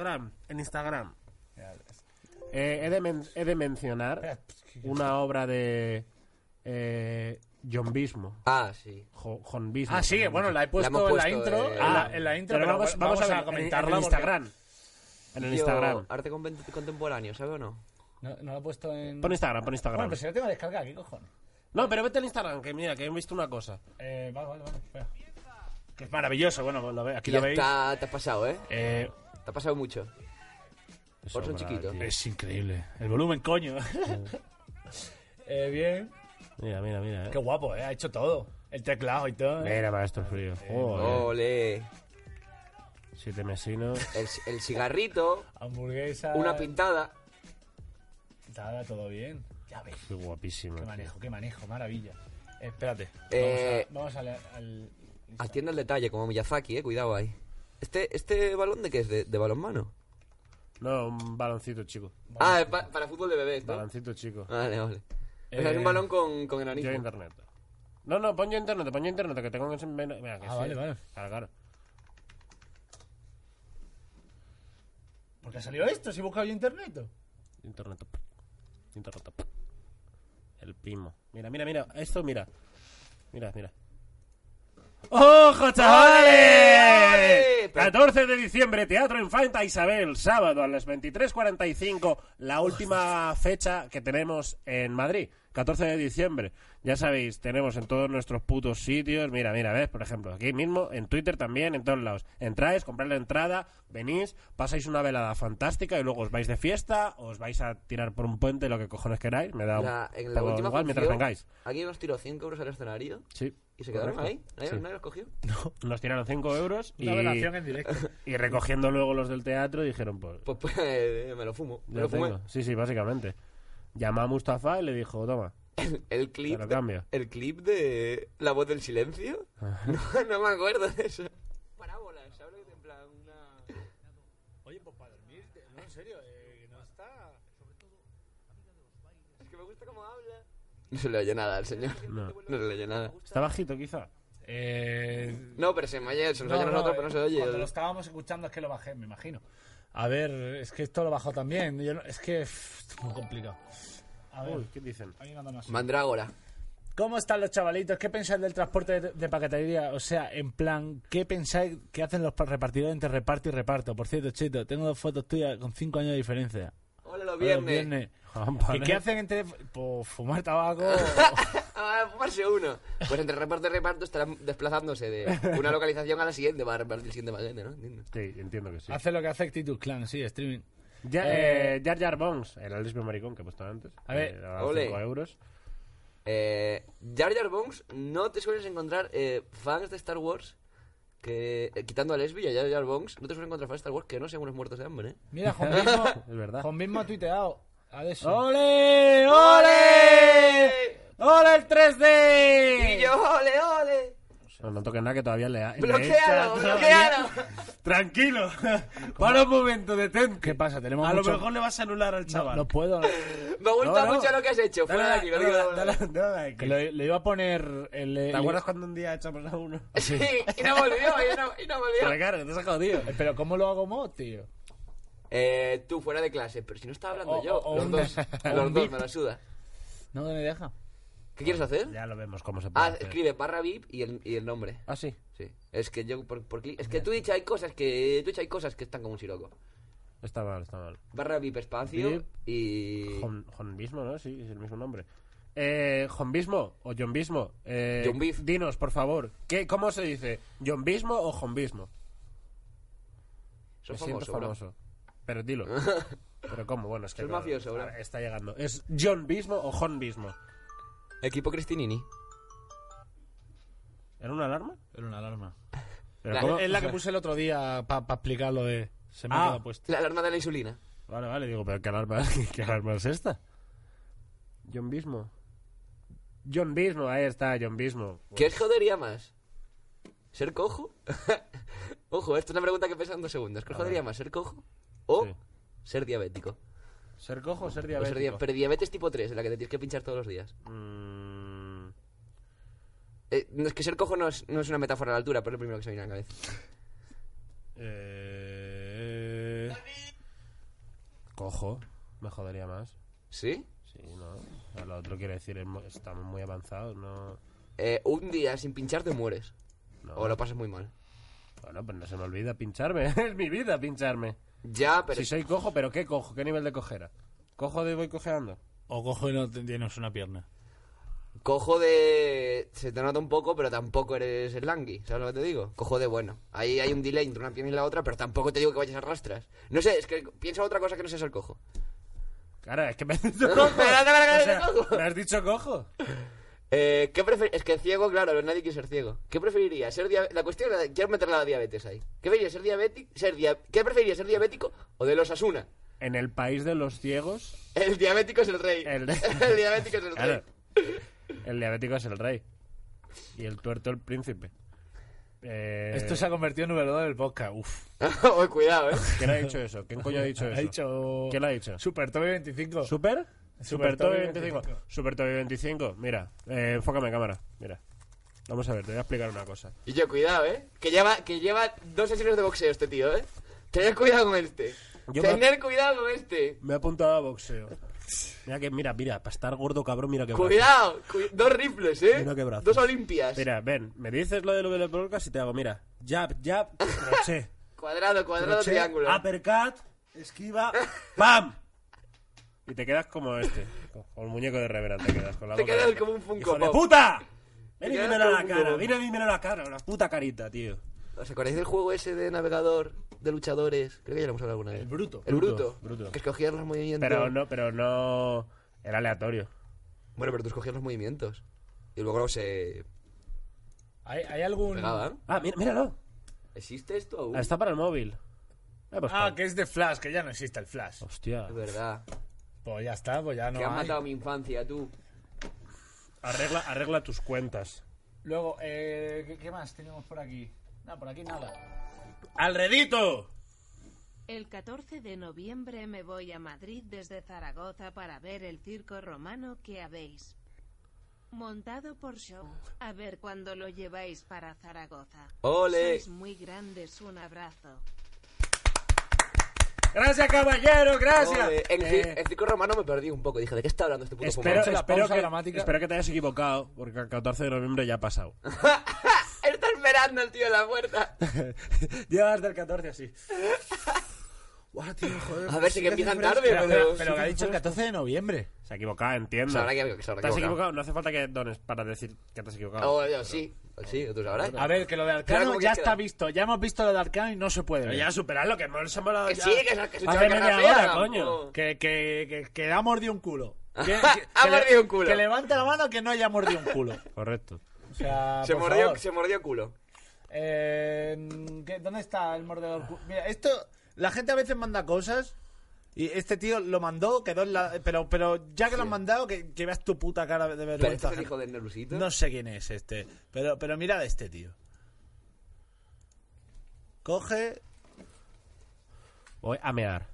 He de mencionar Espera, una obra de John Bismo. Ah, sí. John Bismo. Ah, sí, bueno, la he puesto, hemos en la puesto, intro. En la intro, pero pero vamos a ver, comentarla. en el porque- Instagram. En el Tío, Instagram. Arte contemporáneo, ¿sabe o no? No lo he puesto en... Pon Instagram. Bueno, pero si lo tengo descargado, ¿qué cojones? No, pero vete al Instagram, que mira, que he visto una cosa. Vale, espera. Que es maravilloso, bueno, pues aquí Y lo veis. te has pasado, ¿eh? Eh, Te ha pasado mucho. Por son Sobra, chiquitos. tío. es increíble. El volumen, coño. Bien. Mira. Qué guapo, ha hecho todo. El teclado y todo. Mira, maestro frío. Joder. Ole. 7 mesinos. El cigarrito, Hamburguesa. una pintada. Nada, todo bien. Ya ves. Qué guapísimo. Qué manejo, maravilla. Espérate. Vamos al... Atiende el detalle, como Miyazaki, cuidado ahí. ¿Este balón de qué es? ¿De balonmano? No, un baloncito chico. Ah, es para fútbol de bebés, ¿no? Baloncito chico. Vale. O sea, es un balón con Yo enanismo. internet. No, pon yo internet, que tengo que... Mira, que sí. vale. Claro. ¿Por qué ha salido esto? Si he buscado yo internet. Internet. El primo. Mira. Esto, mira. ¡Ojo, chavales! 14 de diciembre, Teatro Infanta Isabel, sábado a las 23:45, la última fecha que tenemos en Madrid, 14 de diciembre. Ya sabéis, tenemos en todos nuestros putos sitios, mira, ves, por ejemplo, aquí mismo, en Twitter también, en todos lados. Entráis, compráis la entrada, venís, pasáis una velada fantástica y luego os vais de fiesta, os vais a tirar por un puente, lo que cojones queráis, me da En un la poco última igual mientras función, vengáis. alguien nos tiró 5 euros al escenario. Sí. ¿Y se quedaron correcto. ahí? Sí. ¿Nadie los cogió? Nos tiraron 5 euros y... Una velación en directo. Y recogiendo luego los del teatro dijeron, pues Pues me lo fumo. Me ya lo fumé. tengo. Sí, básicamente. Llamó a Mustafa y le dijo, toma, El clip, te lo cambio. el clip de La Voz del Silencio. No me acuerdo de eso. Parábolas, ¿sabes lo que en plan una... Oye, pues para dormir, no, en serio, no está... Es que me gusta cómo habla. No se le oye nada al señor. No. No se le oye nada. Está bajito, quizá. No, pero se nos oye a nosotros, pero no se oye. Cuando lo estábamos escuchando es que lo bajé, me imagino. A ver, es que esto lo bajó también. Es que es muy complicado. A ver, Uy, ¿qué dicen? alguien anda más. Mandrágora. ¿Cómo están los chavalitos? ¿Qué pensáis del transporte de paquetería? O sea, en plan, ¿qué pensáis que hacen los repartidores entre reparto y reparto? Por cierto, Chito, tengo 2 fotos tuyas con 5 años de diferencia. Hola, los viernes. ¿Y qué hacen entre...? Pues fumar tabaco... Fumarse uno. Pues entre reparto y reparto estarán desplazándose de una localización a la siguiente para repartir el siguiente paquete, ¿no? Entiendo. Sí, entiendo que sí. Hace lo que hace Actitud Clan, sí, streaming. Jar Jar Bonks, el lesbio maricón que he puesto antes. A ver, ole. 5 euros. Jar Jar Bonks, no te sueles encontrar fans de Star Wars que, quitando a Lesbi y a Jar Jar Bonks, no te sueles encontrar fans de Star Wars que no sean unos muertos de hambre, ¿eh? Mira, Juan mismo, Es verdad. Juan mismo ha tuiteado. ¡Ole! ¡Ole! ¡Ole el 3D! Y yo, ole, ole. No toques nada que todavía le ¡Bloqueado, bloqueado! Tranquilo. Para un momento, detente. ¿Qué pasa? Tenemos A lo mucho- mejor le vas a anular al chaval. No puedo. Me gusta mucho lo que has hecho. Fuera de aquí, lo digo de verdad. Dale, Que le iba a poner el... ¿Te acuerdas cuando un día echamos a uno? Sí, y no volvió, y no volvió. Pero claro, que te has jodido. Pero ¿cómo lo hago mod, tío? Tú fuera de clase, pero si no estaba hablando O- yo. o Los un- dos, o los un dos VIP. me la suda. No me deja. ¿Qué quieres hacer? Ya lo vemos cómo se puede hacer. Escribe barra VIP y el nombre. Ah, sí. Sí. Es que yo por clic. Es que Twitch hay cosas que están como un siroco. Está mal, está mal. Barra VIP espacio VIP. y. Jonbismo, ¿no? Sí, es el mismo nombre. Jonbismo o Jonbismo. Jonbif. Dinos, por favor. ¿Cómo se dice? ¿Jonbismo o Jonbismo? Sos Me siento famoso, bro. famoso. Pero dilo. ¿Pero cómo? Bueno, es que Sos mafioso, bro. ahora está llegando. ¿Es Jonbismo o Jonbismo? Equipo Cristinini. ¿Era una alarma? Era una alarma. ¿Pero cómo? Es la que puse el otro día para explicar lo de... Se me ha quedado puesto. La alarma de la insulina. Vale, digo, pero ¿qué alarma, qué alarma es esta? Jonbismo. Jonbismo, ahí está, Jonbismo. ¿Qué os jodería más? ¿Ser cojo? Ojo, esto es una pregunta que pesa en 2 segundos. ¿Qué os jodería más? ¿Ser cojo? ¿O ser diabético? ¿Ser cojo o ser O diabético? pero diabetes tipo 3, en la que te tienes que pinchar todos los días. No, es que ser cojo no es una metáfora a la altura, pero es lo primero que se me viene a la cabeza. Cojo, me jodería más. ¿Sí? Sí, no. O sea, lo otro quiere decir, estamos muy avanzados, no. Un día sin pinchar te mueres. No. O lo pasas muy mal. Bueno, pues no se me olvida pincharme. Es mi vida pincharme. Ya, pero... Si soy cojo, ¿pero qué cojo? ¿Qué nivel de cojera? ¿Cojo de voy cojeando? O cojo y no tienes una pierna. Cojo de... Se te nota un poco, pero tampoco eres el langui. ¿Sabes lo que te digo? Cojo de bueno. Ahí hay un delay entre una pierna y la otra, pero tampoco te digo que vayas a rastras. No sé, es que piensa otra cosa que no sea ser cojo. Claro, es que me has dicho cojo. cojo. ¿Me has dicho cojo? ¿Qué Es que ciego, claro, nadie quiere ser ciego. ¿Qué preferirías? La cuestión es... Quiero meter la diabetes ahí. ¿Qué preferirías? ¿Ser diabético? ¿Qué preferirías? ¿Ser diabético o de los Asuna? En el país de los ciegos... El diabético es el rey. El diabético es el Claro. rey. El diabético es el rey. Y el tuerto el príncipe. Esto se ha convertido en número 2 del podcast. Uf. Cuidado, ¿Quién ha dicho eso? ¿Quién coño ha dicho eso? Ha dicho... ¿Quién lo ha dicho? Super Toby 25. ¿Super? Super Toby 25. 25. Super Toby 25. Mira, enfócame cámara. Mira. Vamos a ver, te voy a explicar una cosa. Y yo, cuidado, Que lleva 2 sesiones de boxeo este tío, Tened cuidado con este. Tener cuidado con este. Me he apuntado a boxeo. Mira, para estar gordo, cabrón, mira qué brazo. Cuidado, 2 rifles, Mira qué brazo. 2 olimpias. Mira, ven, me dices lo de lo del podcast y te hago, mira. Jab, crochet. Cuadrado, Crochet, triángulo. uppercut, esquiva, ¡pam! Y te quedas como este. Con el muñeco de Reverend te quedas. Con la Te boca quedas abierta. como un Funko ¡Hijo de Pop. puta! Ven y Te quedas dímelo a la como un cara, Funko. ven y dímelo a la cara, la puta carita, tío. ¿Os acordáis del juego ese de navegador de luchadores? Creo que ya lo hemos hablado alguna vez. El bruto. El bruto. Bruto. Que escogías los movimientos. Pero no... Era aleatorio. Bueno, pero tú escogías los movimientos. Y luego se ¿Hay algún...? pegaban. Ah, míralo. ¿Existe esto aún? Ah, está para el móvil. Pues, que es de Flash, que ya no existe el Flash. Hostia. Es verdad. Pues ya está, pues ya no Que has hay. matado mi infancia, tú. Arregla tus cuentas. Luego, ¿qué más tenemos por aquí? No, por aquí nada. ¡Alredito! El 14 de noviembre me voy a Madrid desde Zaragoza para ver el circo romano que habéis montado por show. A ver cuándo lo lleváis para Zaragoza. ¡Ole! Sois muy grandes, un abrazo. Gracias, caballero, gracias. Joder, el circo romano me perdí un poco. Dije, ¿de qué está hablando este puto Espero fumado? que te hayas equivocado, porque el 14 de noviembre ya ha pasado. Está esperando el tío en la puerta. Llevas del 14 así. Guau, tío, joder. A ver, si que empiezan tarde, Pero que ha dicho el 14 de noviembre. Se ha equivocado, entiendo. Se habrá ¿Te has equivocado. equivocado? No hace falta que dones para decir que te has equivocado. Oh, yo sí, tú sabrás. A ver, que lo de Claro, Arcano ¿cómo ya que está queda? visto. Ya hemos visto lo de Arcano y no se puede Pero ver. ya superadlo, que hemos hablado Que ya. sí, que es un Hace chaval media cara fea, hora, tampoco. coño. Que ha mordido un culo. Ha mordido un culo. Que levante la mano que no haya mordido un culo. Correcto. O sea, Se por favor. mordió culo. ¿Dónde está el mordedor? Mira, esto... La gente a veces manda cosas y este tío lo mandó, quedó en la... Pero ya que lo han mandado, que veas tu puta cara de ¿Pero vergüenza. este es el hijo de Nerusito? No sé quién es este. Pero mirad a este tío. Coge Voy a mear.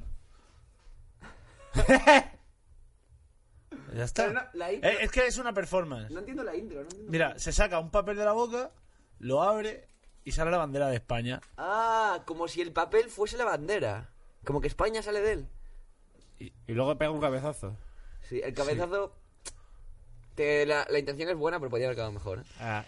Ya está. Pero no, la intro- Es que es una performance. No entiendo la intro, no entiendo. Mira, se saca un papel de la boca, lo abre y sale la bandera de España. Ah, como si el papel fuese la bandera. Como que España sale de él. Y luego pega un cabezazo. Sí, el cabezazo... La intención es buena, pero podría haber quedado mejor.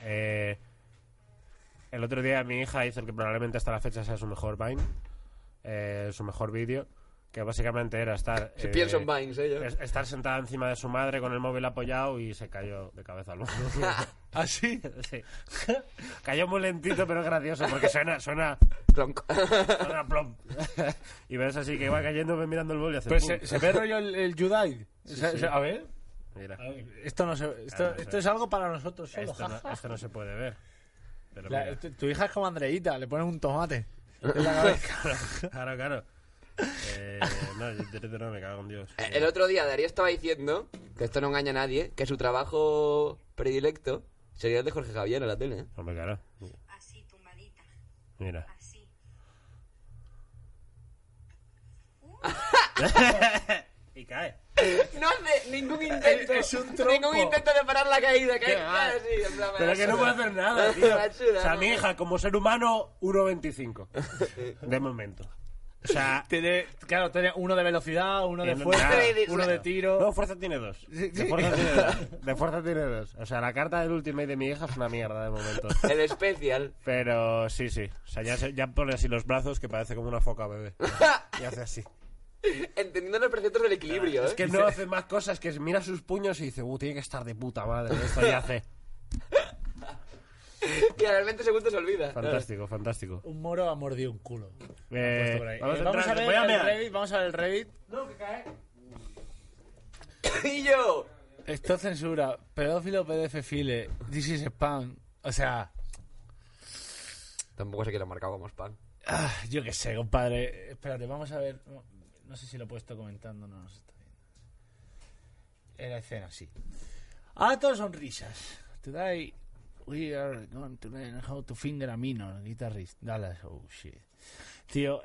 El otro día mi hija hizo el que probablemente hasta la fecha sea su mejor Vine, su mejor vídeo, que básicamente era estar... Si pienso en Vines, yo. Estar sentada encima de su madre con el móvil apoyado y se cayó de cabeza al mundo. ¿Ah, sí? Sí. Cayó muy lentito, pero es gracioso, porque suena plonk. Suena plom. Y ves así que va cayendo mirando el bol y hace Pero pum. se ve rollo el Judai. Sí. A ver. Mira. Esto no se esto es algo para nosotros solo. Esto no se puede ver. Pero Tu hija es como Andreita, le pones un tomate en la cabeza. Claro. No, yo no me cago en Dios. El otro día Darío estaba diciendo, que esto no engaña a nadie, que su trabajo predilecto sería el de Jorge Javier en la tele, ¿eh? Hombre, claro. Así, tumbadita. Mira. Así. Y cae. No hace ningún intento. Es un trompo. Ningún intento de parar la caída. Qué va. Así, en plan, Pero que no puede hacer nada, tío. O sea, mi hija, como ser humano, 1,25. De momento. O sea, tiene uno de velocidad, uno de fuerza, uno de tiro. No, fuerza tiene 2. De fuerza tiene 2. O sea, la carta del Ultimate de mi hija es una mierda de momento. El especial. Pero sí. O sea, ya pone así los brazos que parece como una foca bebé. Y hace así. Entendiendo los preceptos del equilibrio, ¿eh? Es que no hace más cosas que mira sus puños y dice, tiene que estar de puta madre. Esto ya hace. Y a los 20 segundos se olvida. Fantástico. Un moro ha mordido un culo. Vamos a ver el Reddit. No, que cae. Y yo. Esto censura. Pedófilo, pedefile. This is spam. O sea... Tampoco sé que lo ha marcado como spam. Yo qué sé, compadre. Espérate, vamos a ver. No sé si lo he puesto comentando. No nos está viendo. La escena, sí. Todos son risas. Today we are going to learn how to finger a minor guitarrist. Dallas, oh shit. Tío,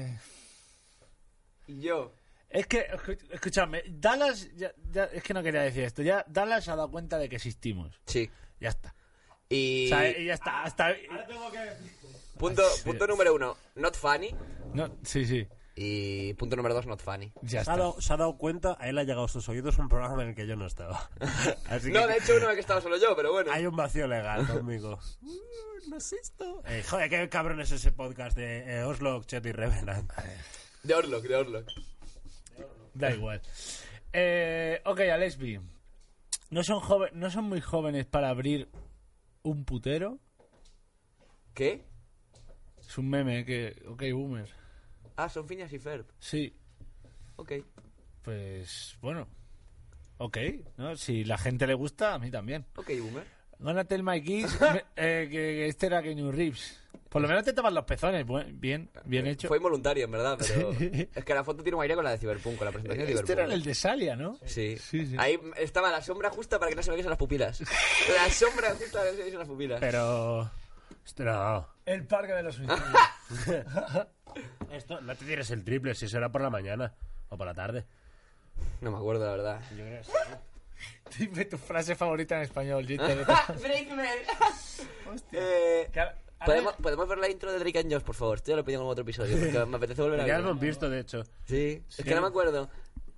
Y yo. Es que, escúchame, Dallas, ya, es que no quería decir esto. Ya Dallas se ha dado cuenta de que existimos. Sí. Ya está. Y... O sea, ya está. Ahora tengo que decir... Punto número 1, not funny. No, sí. Y punto número 2, not funny. Se ha dado cuenta, a él ha llegado a sus oídos un programa en el que yo no estaba. Así No, que de hecho uno en el que estaba solo yo, pero bueno. hay un vacío legal conmigo. No es esto. Joder, qué cabrón es ese podcast de Oslo, Chet y Revenant. De Orlok. Da igual. Ok, Alesbi. ¿No son muy jóvenes para abrir un putero? ¿Qué? Es un meme que... Ok, boomer. Son Phineas y Ferb. Sí. Ok. Pues, bueno. Ok, ¿no? Si la gente le gusta, a mí también. Ok, boomer. Gonna tell my kids que este era Keanu Reeves. Por lo menos te tapan los pezones. Bien hecho. Fue involuntario, en verdad, pero... Es que la foto tiene un aire con la de Cyberpunk, con la presentación de Este Cyberpunk. era el de Salia, ¿no? Sí. Ahí estaba la sombra justa para que no se me viesen las pupilas. La sombra justa para que no se me viesen las pupilas. Pero... Esto no. El parque de los suicidios. Esto, no te tires el triple, si eso era por la mañana o por la tarde. No me acuerdo, la verdad. Yo creo que sí. Dime tu frase favorita en español. Breakman. Hostia. ¿Podemos ver la intro de Drake and Josh, por favor? Esto ya lo pedí en otro episodio, porque me apetece volver a Ya verlo. lo hemos visto, de hecho. Sí, es que no me acuerdo.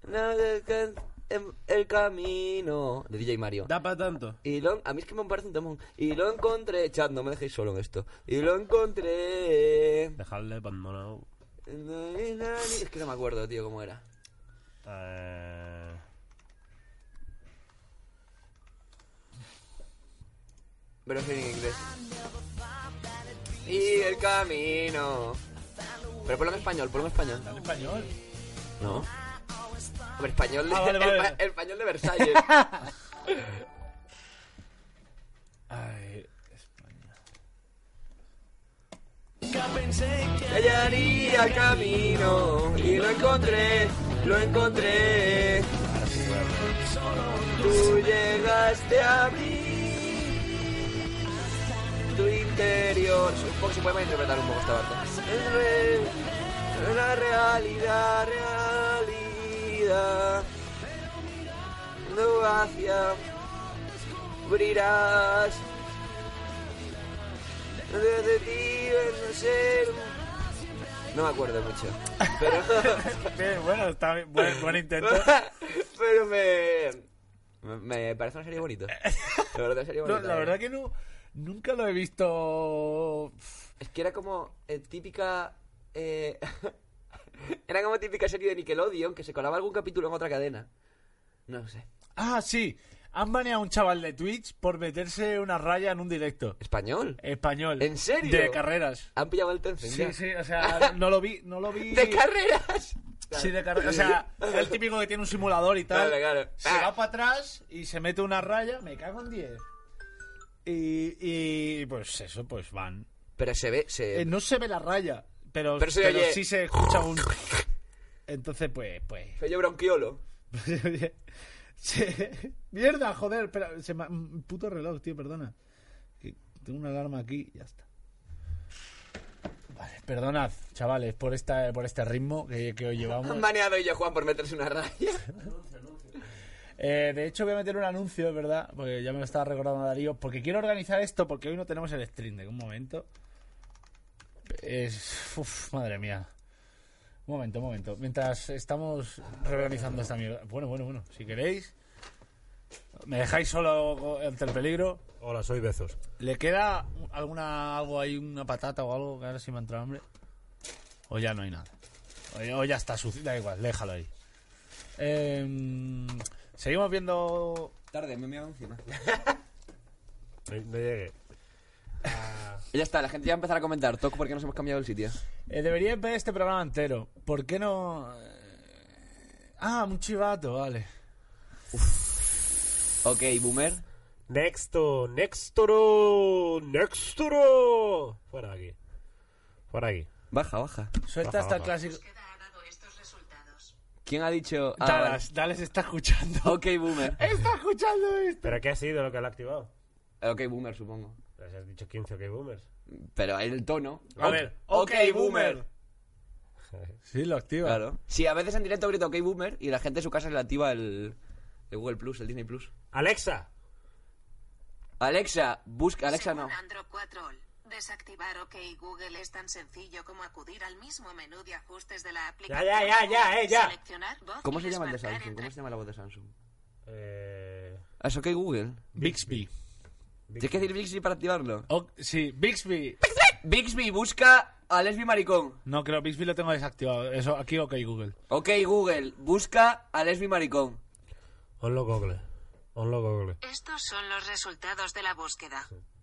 El camino de DJ Mario. Da para tanto. A mí es que me parece un temón. Y lo encontré. Chat, no me dejéis solo en esto. Y lo encontré. Dejadle abandonado. Es que no me acuerdo, tío, cómo era. Pero es en inglés. Y el camino. Pero ponlo en español, ¿En español? No. Hombre, español de, vale. el español de Versalles. Ay, España. Que hallaría el camino y lo encontré. Tú llegaste a mí, tu interior. Supongo que se puede malinterpretar un poco esta parte. La realidad, no hacia abrirás desde ti no ser. No me acuerdo mucho, pero Bien, bueno, está bien, buen intento. pero me parece una serie bonita. La verdad, serie bonita. No, la verdad que nunca lo he visto. Es que era como típica. Era como típica serie de Nickelodeon que se colaba algún capítulo en otra cadena. No sé. Ah, sí. Han baneado a un chaval de Twitch por meterse una raya en un directo. ¿Español? Español. ¿En serio? De carreras. Han pillado el Tencent. Sí, ya. sí, o sea, no lo vi. ¿De carreras? Sí, de carreras. O sea, el típico que tiene un simulador y tal. Claro. Se va para atrás y se mete una raya. Me cago en 10. Y pues eso, pues van. Pero se ve. No se ve la raya. Pero se oye. sí se escucha un. Entonces, pues. Se oye bronquiolo. Mierda, joder, espera, puto reloj, tío, perdona. Que tengo una alarma aquí, ya está. Vale, perdonad, chavales, por este ritmo que hoy llevamos. Han baneado a Juan por meterse una raya. De hecho, voy a meter un anuncio, es verdad, porque ya me lo estaba recordando Darío, porque quiero organizar esto, porque hoy no tenemos el stream de un momento. Madre mía. Un momento. Mientras estamos reorganizando esta mierda. Bueno. Si queréis, me dejáis solo ante el peligro. Hola, soy Bezos. ¿Le queda algo ahí, una patata o algo? Que ahora sí me ha entrado hambre. O ya no hay nada. O ya está sucio. Da igual, déjalo ahí. Seguimos viendo. Tarde, me he mirado encima. No llegué. Ya está, la gente ya va a empezar a comentar. Toco porque nos hemos cambiado el sitio. Debería ver este programa entero. ¿Por qué no? Un chivato, vale. Ok, boomer. Nextoro. Fuera de aquí. Baja. Suelta hasta el clásico. ¿Quién ha dicho? Dallas está escuchando. Ok, boomer. Está escuchando esto. ¿Pero qué ha sido lo que lo ha activado? Ok, boomer, supongo. Pero si has dicho 15 ok, boomers. Pero hay el tono. A ver, ok, boomer. Sí, lo activa. Claro. Sí, a veces en directo grita ok, boomer y la gente en su casa se le activa el Google Plus, el Disney Plus. Alexa, busca. Alexa no. Android 4, desactivar OK Google es tan sencillo como acudir al mismo menú de ajustes de la aplicación. Ya. Seleccionar voz ¿Cómo y se llama el de desmarcar Samsung? entre- ¿Cómo se llama la voz de Samsung? ¿Es ok Google? Bixby. ¿Tienes que decir Bixby para activarlo? Sí, Bixby. Bixby, busca a Lesbi Maricón. No, creo Bixby lo tengo desactivado. Eso, aquí ok Google. Ok Google, busca a Lesbi Maricón. Ponlo Google. Estos son los resultados de la búsqueda.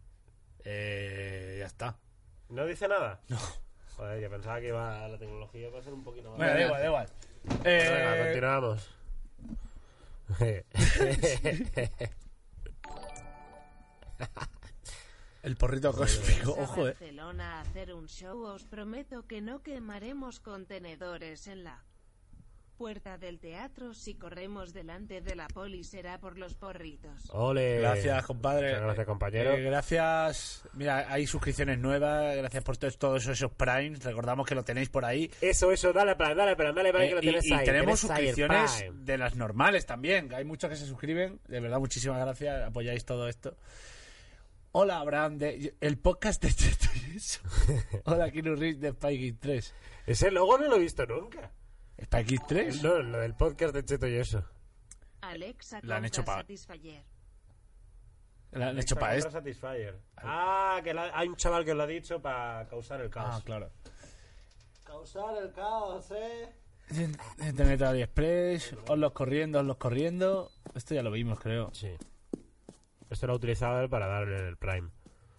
Ya está. ¿No dice nada? No. Joder, yo pensaba que la tecnología iba a ser un poquito más... Bueno, da igual. Venga, continuamos. El porrito cósmico, ojo, Barcelona a hacer un show, os prometo que no quemaremos contenedores en la puerta del teatro. Si corremos delante de la poli será por los porritos. ¡Ole! Gracias, compadre. Muchas gracias, compañero. Gracias. Mira, hay suscripciones nuevas. Gracias por todos esos primes. Recordamos que lo tenéis por ahí. Eso, dale para que lo tienes ahí. Y tenemos Tienes ahí el suscripciones Prime. de las normales también. Hay muchos que se suscriben. De verdad, muchísimas gracias. Apoyáis todo esto. Hola, Abraham, el podcast de Cheto y eso. Hola, Keanu Reeves de Spy Kids 3. Ese logo no lo he visto nunca. ¿Spy Kids 3? No, lo del podcast de Cheto y eso. Alexa, La han hecho compra para... Satisfyer. La han hecho para esto. Satisfyer. Que hay un chaval que lo ha dicho para causar el caos. Claro. Causar el caos, Internet AliExpress, oslos corriendo. Esto ya lo vimos, creo. Sí. Esto lo ha utilizado él para darle el Prime.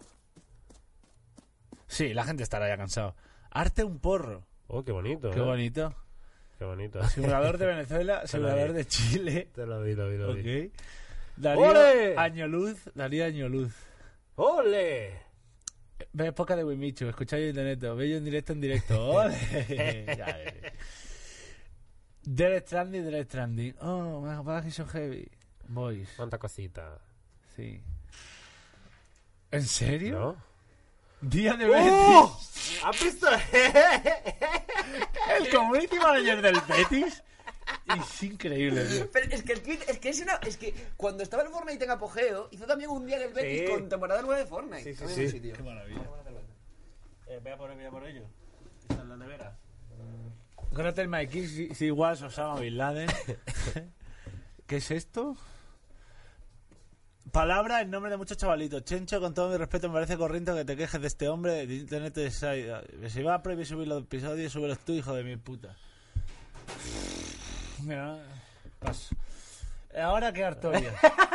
Sí, la gente estará ya cansado. Arte un porro. Oh, qué bonito. Qué bonito. Qué bonito. Simulador de Venezuela, simulador de Chile. Te lo vi. Ok. Darío ¡Ole! Añoluz. ¡Ole! Ve poca de Wimichu, escucháis internet, veis en directo. ¡Ole! Death Stranding. Oh, my God, he's so heavy. Boys. Cuánta cosita. Sí. ¿En serio? ¿No? Día de ¡Oh! Betis. ¿Has visto? el community manager del Betis es increíble, tío. Pero es que el tweet, es que cuando estaba el Fortnite en apogeo, hizo también un día en el Betis con temporada nueva de Fortnite. Sí. Qué maravilla. Voy a por ello. Está en la nevera. Gonna tell my kids si was Osama Bin Laden. ¿Qué es esto? Palabra en nombre de muchos chavalitos. Chencho, con todo mi respeto, me parece corriente que te quejes de este hombre de internet. Si va a prohibir subir los episodios, súbelos tú, hijo de mi puta. Mira, paso. Ahora que Artoria.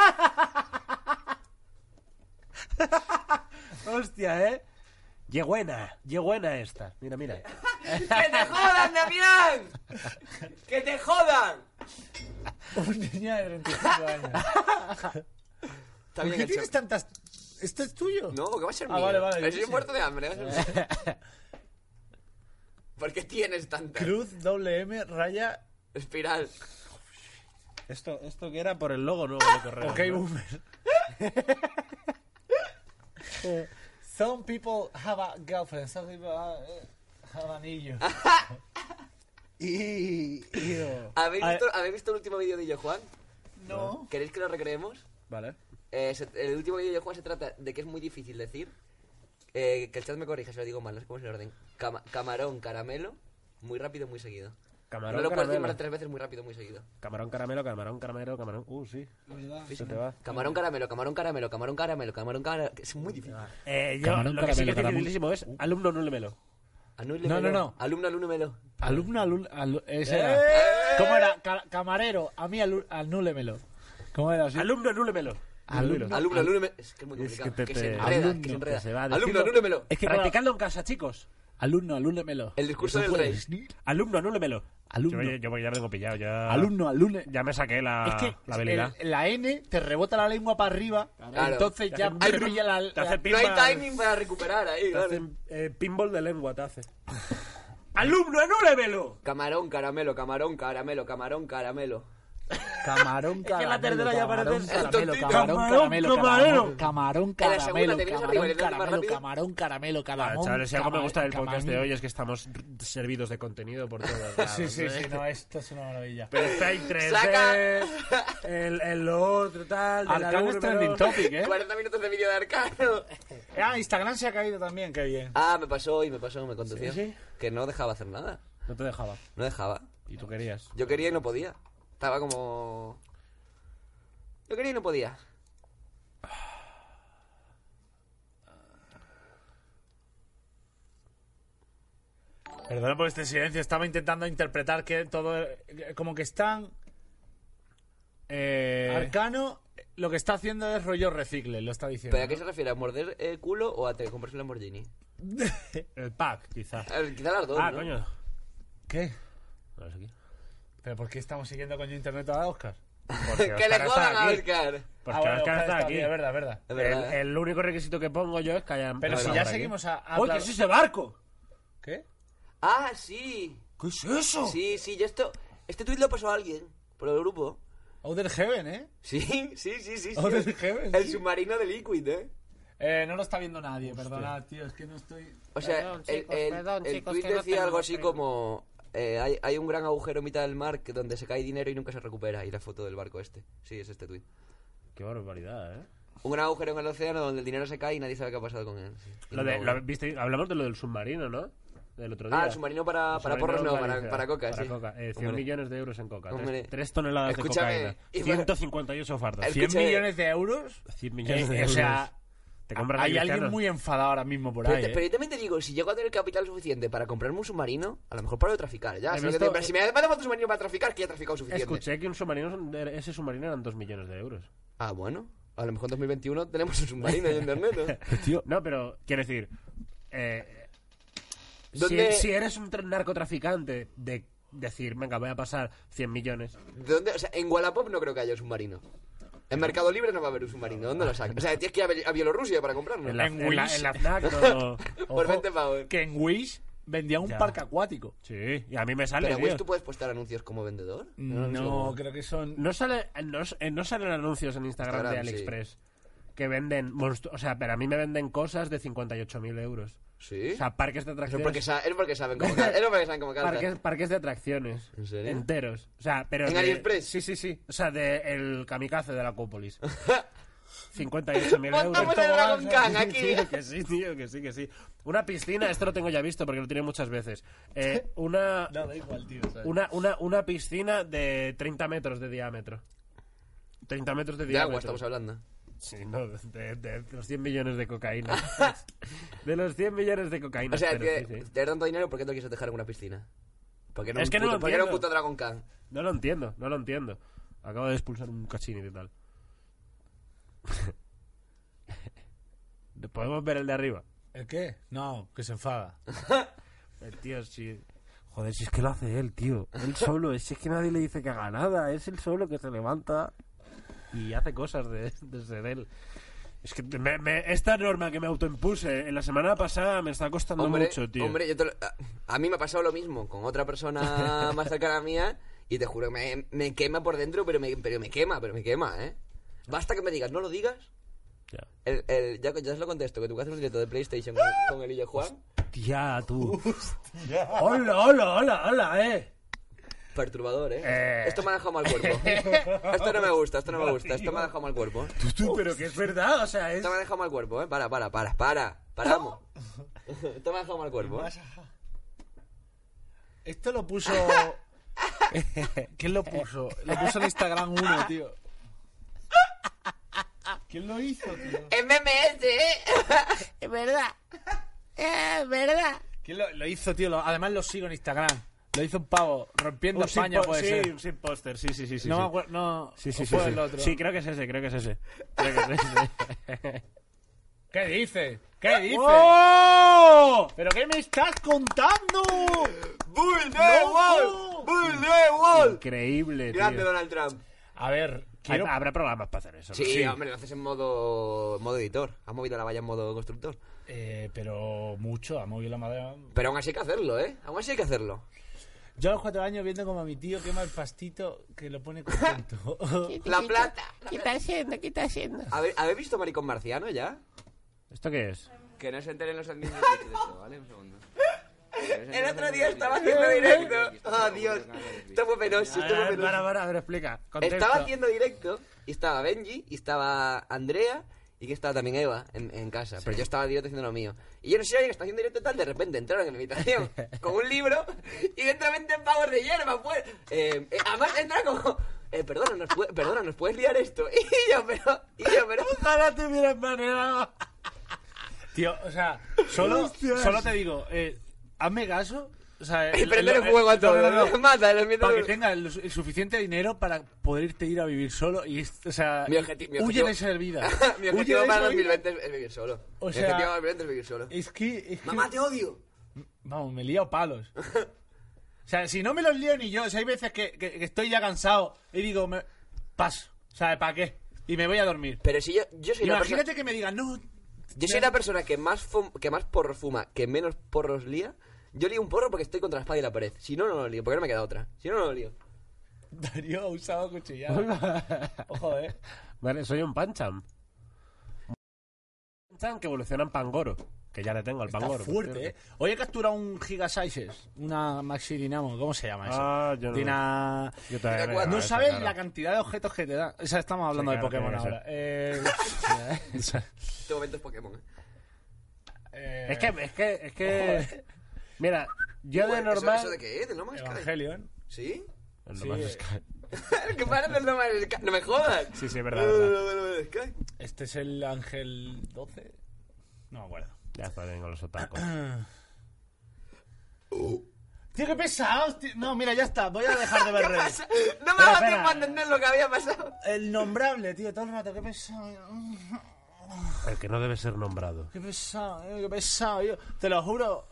Hostia, Ye buena esta. Mira. ¡Que te jodan, Damián! ¡Que te jodan! Un niño de 35 años. ¿Por qué tienes tantas? ¿Esto es tuyo? No, porque va a ser mío. Vale. Estoy muerto de hambre. ¿Por qué tienes tantas? Cruz, WM, raya... Espiral. Esto que era por el logo nuevo de correo. Ok, ¿no? Boomer. Some people have a girlfriend, some people have anillo. ¿Habéis visto el último vídeo de Yo Juan? No. ¿Queréis que lo recreemos? Vale. El último vídeo de Yo Juan se trata de que es muy difícil decir. Que el chat me corrija si lo digo mal, no sé cómo es el orden. Camarón, caramelo, muy rápido, muy seguido. Camarón, no lo puedes decir caramelo. más de 3 veces muy rápido, muy seguido. Camarón, caramelo. Sí. Se te va. Camarón, caramelo. Es muy difícil. Lo que sí que es dificilísimo es alumno, anúlemelo. No. Alumno, anúlemelo. Ese era. ¿Cómo era? Camarero, a mí anúlemelo. ¿Cómo era así? Alumno, anúlemelo. Alumno, anúlemelo. Es que es muy complicado. Que se enreda. Alumno, anúlemelo. Es que practicadlo en casa, chicos. Alumno, anúlemelo. El discurso del rey. Alumno, anúlemelo. Alumno. Yo ya vengo pillado, ya... Alumno. Ya me saqué la habilidad. La N te rebota la lengua para arriba, Claro. entonces ya te pilla la... No hay timing para recuperar ahí, Te hacen pinball de lengua, te hace. ¡Alumno, anúlemelo! Camarón, caramelo. Camarón, Es que la tercera ya parece... caramelo. Chavales, si algo me gusta del podcast de hoy es que estamos servidos de contenido por todos lados. Sí, no, esto es una maravilla. Pero está ahí 3D, el otro tal... Arcano es trending topic, 40 minutos de vídeo de Arcano. Instagram se ha caído también, qué bien. Me condució. ¿Sí? Que no dejaba hacer nada. No te dejaba. No dejaba. ¿Y tú querías? Yo quería y no podía. Estaba como... Yo quería y no podía. Perdón por este silencio, estaba intentando interpretar que todo... Como que están... Arcano lo que está haciendo es rollo recicle, lo está diciendo. ¿Pero a qué se refiere? ¿A morder el culo o a comprarse un Lamborghini? El pack, quizá. Quizá las dos, ¿no? Coño. ¿Qué? No sé qué. ¿Pero por qué estamos siguiendo coño internet a Oscar? ¡Que le jodan a Oscar! Porque Oscar está aquí. Es verdad. El único requisito que pongo yo es que hayan... Pero si ya seguimos a ¡Uy, qué es ese barco! ¿Qué? ¡Ah, sí! ¿Qué es eso? Sí, yo este tuit lo pasó a alguien por el grupo. Outer Heaven, ¿eh? Sí. Outer Heaven, el sí. submarino de Liquid, no lo está viendo nadie, perdonad, tío, es que no estoy... O sea, el tuit decía algo así como... hay un gran agujero en mitad del mar donde se cae dinero y nunca se recupera. Y la foto del barco este. Sí, es este tuit. Qué barbaridad, ¿eh? Un gran agujero en el océano donde el dinero se cae y nadie sabe qué ha pasado con él. Sí. ¿Viste? Hablamos de lo del submarino, ¿no? Del otro día. El submarino para porros no, para coca, sí. Coca. 100 millones de euros en coca. Hombre. 3 toneladas de cocaína. 158 fardos. 100 millones de euros. 100 millones de euros. O sea, ¿te compras hay alguien muy enfadado ahora mismo por ahí. Pero yo también te digo, si llego a tener capital suficiente para comprarme un submarino, a lo mejor paro de traficar. Ya, pero si me hace falta un submarino para traficar, que ya he traficado suficiente. Escuché que ese submarino eran 2 millones de euros. Ah, bueno. A lo mejor en 2021 tenemos un submarino en internet, ¿no? Tío, no, pero quiero decir... Si eres un narcotraficante de decir, venga, voy a pasar 100 millones. ¿De dónde? O sea, en Wallapop no creo que haya un submarino. En Mercado Libre no va a haber un submarino. ¿Dónde lo sacas? O sea, tienes que ir a Bielorrusia para comprarlo. En la FNAC no. Por 20 pavos. Que en Wish vendía un parque acuático. Sí, y a mí me sale. ¿Pero en Wish tú puedes postar anuncios como vendedor? No, creo que son... No salen anuncios en Instagram de AliExpress. que venden o sea, pero a mí me venden cosas de 58.000 euros. ¿Sí? O sea, parques de atracciones. Es porque saben cómo calzar. Parques de atracciones. ¿En serio? Enteros. O sea, pero ¿En AliExpress? Sí. O sea, el kamikaze de la Acópolis. 58.000 euros. Montamos el Dragon Khan aquí. Tío, que sí, tío, que sí. Una piscina, esto lo tengo ya visto porque lo tiene muchas veces. Da igual, tío. Una piscina de 30 metros de diámetro. 30 metros de diámetro. De agua estamos hablando. Sí, no, de los 100 millones de cocaína. De los 100 millones de cocaína. O sea, pero que tener tanto dinero, ¿por qué te lo quieres dejar en una piscina? ¿Por qué no es que no lo entiendo. un puto Dragon Khan? No lo entiendo. Acabo de expulsar un cachini y tal. ¿Podemos ver el de arriba? ¿El qué? No, que se enfada. El tío, sí. Joder, si es que lo hace él, tío. Él solo. Si es que nadie le dice que haga nada. Es él solo que se levanta y hace cosas desde él. Es que esta norma que me autoimpuse en la semana pasada me está costando mucho, tío. Hombre, a mí me ha pasado lo mismo con otra persona más cercana a mía y te juro que me quema por dentro, pero me quema, ¿eh? Basta que me digas, no lo digas. Ya. Ya se lo contesto, que tú haces un directo de PlayStation con el Illo Juan. Hostia, tú. Hostia. Hola, Perturbador, ¿eh? Esto me ha dejado mal cuerpo. Esto no me gusta. Esto me ha dejado mal cuerpo. Tú, pero que es verdad, o sea, Esto me ha dejado mal cuerpo, ¿eh? Paramos. Esto me ha dejado mal cuerpo, ¿eh? Esto lo puso... ¿Quién lo puso? Lo puso en Instagram uno, tío. ¿Quién lo hizo, tío? Es MMS, ¿eh? Es verdad. ¿Quién lo hizo, tío? Además lo sigo en Instagram. Lo hizo un pavo rompiendo España, puede ser. Sí, un shitposter, sí. No me acuerdo, no. Sí. Fue el otro. Sí, creo que es ese. ¿Qué dices? ¡Oh! ¿Pero qué me estás contando? ¡Bull de Wall! Increíble, tío. Grande Donald Trump. A ver, habrá programas para hacer eso, ¿no? Sí, hombre, lo haces en modo editor. Has movido la valla en modo constructor. Pero mucho, ha movido la madera. Pero aún así hay que hacerlo, ¿eh? Yo a los 4 años viendo como a mi tío quema el pastito que lo pone contento. La plata. ¿Qué está haciendo? ¿Habéis visto Maricón Marciano ya? ¿Esto qué es? Que no se enteren los admins de esto, ¿vale? Un segundo. El otro día estaba haciendo directo. Oh, Dios. Esto fue penoso. Para, a ver, explica. Contexto. Estaba haciendo directo y estaba Benji y estaba Andrea y que estaba también Eva en casa. Sí. Pero yo estaba directo haciendo lo mío. Y yo no sé, alguien está haciendo directo y tal, de repente entraron en mi habitación con un libro y dentro venden pavos de hierba, pues. Además entra como... Perdona, ¿nos puedes liar esto? Y yo, pero... Ojalá te hubieras manejado. Tío, o sea, solo te digo, hazme caso. O sea, y prender el fuego a todo, no. Mata, para que tengas el suficiente dinero para poderte ir a vivir solo. Y, o sea, mi objetivo, huye de esa vida. Mi objetivo para 2020 es vivir solo. O sea, mi objetivo para 2020 es vivir solo. Es que... ¡Mamá, te odio! Vamos, me he liado palos. O sea, si no me los lío ni yo, o sea, hay veces que estoy ya cansado y digo, paso. O sea, ¿para qué? Y me voy a dormir. Pero si yo soy Imagínate que me digan, no... Yo soy la persona que más porros fuma, que menos porros lía. Yo lío un porro porque estoy contra la espada y la pared. Si no, no lo lío, porque no me queda otra. Si no, no lo lío. Darío ha usado cuchillado. Ojo, Vale, soy un Pancham. Pancham que evoluciona en Pangoro. Que ya le tengo al Pangoro. Está fuerte, Hoy he capturado un Gigasizes. Una Maxi Dynamo. ¿Cómo se llama eso? Yo no. Yo no sabes la cantidad de objetos que te da. O sea, estamos hablando de Pokémon ahora. Este momento es Pokémon. Es que... Mira, yo de normal... ¿Eso de qué es? ¿Del No Man's Sky? Evangelion. ¿Sí? El No Man's Sky. ¿Qué parece el No Man's Sky? ¡No me jodas! Sí, es verdad. Este es el Ángel 12. No me acuerdo. Ya está bien con los otacos. Tío, qué pesados, tío. No, mira, ya está. Voy a dejar de ver redes. No me ha dado tiempo a entender lo que había pasado. El nombrable, tío, todo el rato. Qué pesado. El que no debe ser nombrado. Qué pesado, yo. Te lo juro.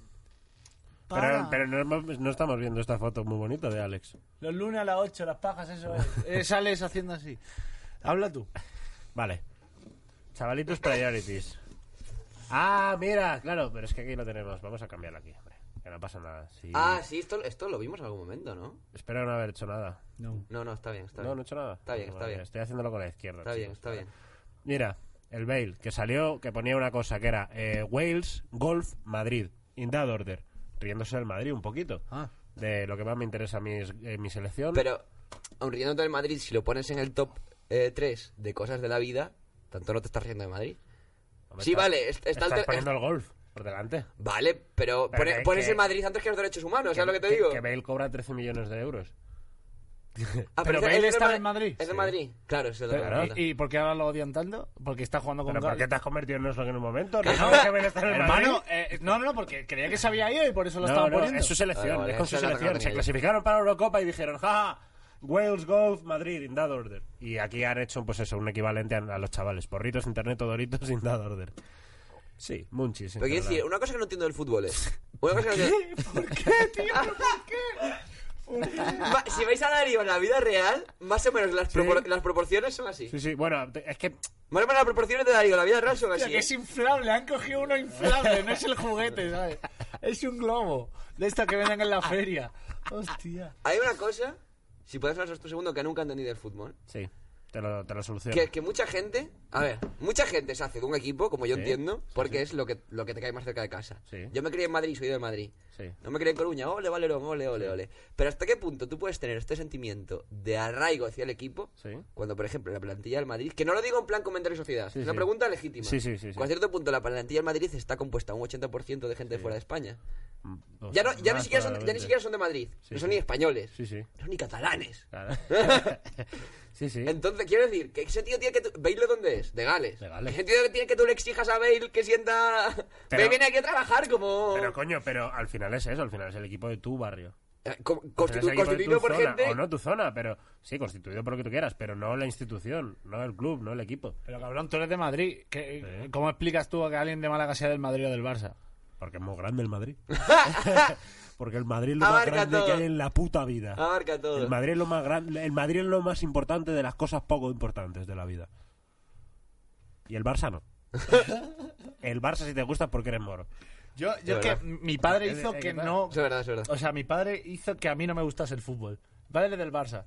Pero no estamos viendo esta foto muy bonita de Alex. Los lunes a las 8, las pajas, eso es. Sales haciendo así. Habla tú. Vale. Chavalitos Priorities. Ah, mira, claro, pero es que aquí lo tenemos. Vamos a cambiarlo aquí, hombre. Que no pasa nada. Sí. Ah, sí, esto lo vimos en algún momento, ¿no? Espero no haber hecho nada. No, está bien. No he hecho nada. Está bien. Estoy haciéndolo con la izquierda. Está bien. Mira, El Bale, que salió, que ponía una cosa, que era Wales, Golf, Madrid, in that order. Riéndose del Madrid un poquito. De lo que más me interesa a mí es mi selección. Pero, aun riéndote del Madrid, si lo pones en el top 3 de cosas de la vida, tanto no te estás riendo de Madrid. Hombre, Sí, vale, estás poniendo el golf por delante. Vale, pero pones el Madrid antes que los derechos humanos, ¿sabes lo que te digo? Que Bale cobra 13 millones de euros. Pero Bale está en Madrid. Es de Madrid, claro. Es de Madrid. ¿Y por qué ahora lo odian tanto? Porque está jugando con ¿Pero por qué te has convertido en eso en un momento? ¿No No, sabes que Bale está en el Madrid? hermano, no, porque creía que se había ido y por eso lo estaba poniendo. es su selección, Vale, es con su eso es lo que selección. no Se tenía yo. clasificaron para la Eurocopa y dijeron, jaja, Wales, Golf, Madrid, in that order. Y aquí han hecho, pues eso, un equivalente a los chavales. Porritos, internet o Doritos, in that order. Sí, Munchis. Pero quiero decir, una cosa que no entiendo del fútbol es... Una cosa que no entiendo... ¿Por qué, tío? ¿Por qué? Si vais a Darío en la vida real, más o menos las proporciones son así. Sí, bueno, es que... Más o menos las proporciones de Darío en la vida real son así. Que es inflable, han cogido uno inflable, no es el juguete, ¿sabes? Es un globo de estos que venden en la feria. Hostia. Hay una cosa, si puedes hablar un segundo, que nunca he entendido del fútbol. Sí, te lo soluciono. Que mucha gente, mucha gente se hace de un equipo, como yo entiendo, porque es lo que te cae más cerca de casa. Sí. Yo me crié en Madrid, soy de Madrid. Sí. No me crié en Coruña, ole, Valerón, ole. Pero ¿hasta qué punto tú puedes tener este sentimiento de arraigo hacia el equipo cuando, por ejemplo, la plantilla del Madrid, que no lo digo en plan comentario de sociedad, es una pregunta legítima. Sí. Cuando a cierto punto la plantilla del Madrid está compuesta un 80% de gente de fuera de España. Ya ni siquiera son de Madrid, no son ni españoles, no son ni catalanes. Claro. Sí. Entonces, quiero decir, ¿qué sentido tiene que tú... ¿Bale de dónde es? De Gales. ¿Qué sentido tiene que tú le exijas a Bale que sienta... Bale viene aquí a trabajar como... Pero coño, al final es eso, al final es el equipo de tu barrio. Constituido por zona, gente... o no tu zona, pero sí, constituido por lo que tú quieras, pero no la institución, no el club, no el equipo. Pero cabrón, tú eres de Madrid. ¿Cómo explicas tú a que alguien de Málaga sea del Madrid o del Barça? Porque es muy grande el Madrid. Porque el Madrid es lo más grande que hay en la puta vida. Abarca todo. El Madrid es lo más grande, el Madrid es lo más importante de las cosas poco importantes de la vida. Y el Barça no. El Barça si te gusta es porque eres moro. Yo es que mi padre hizo que no... Es verdad. O sea, mi padre hizo que a mí no me gustase el fútbol. Mi padre es del Barça.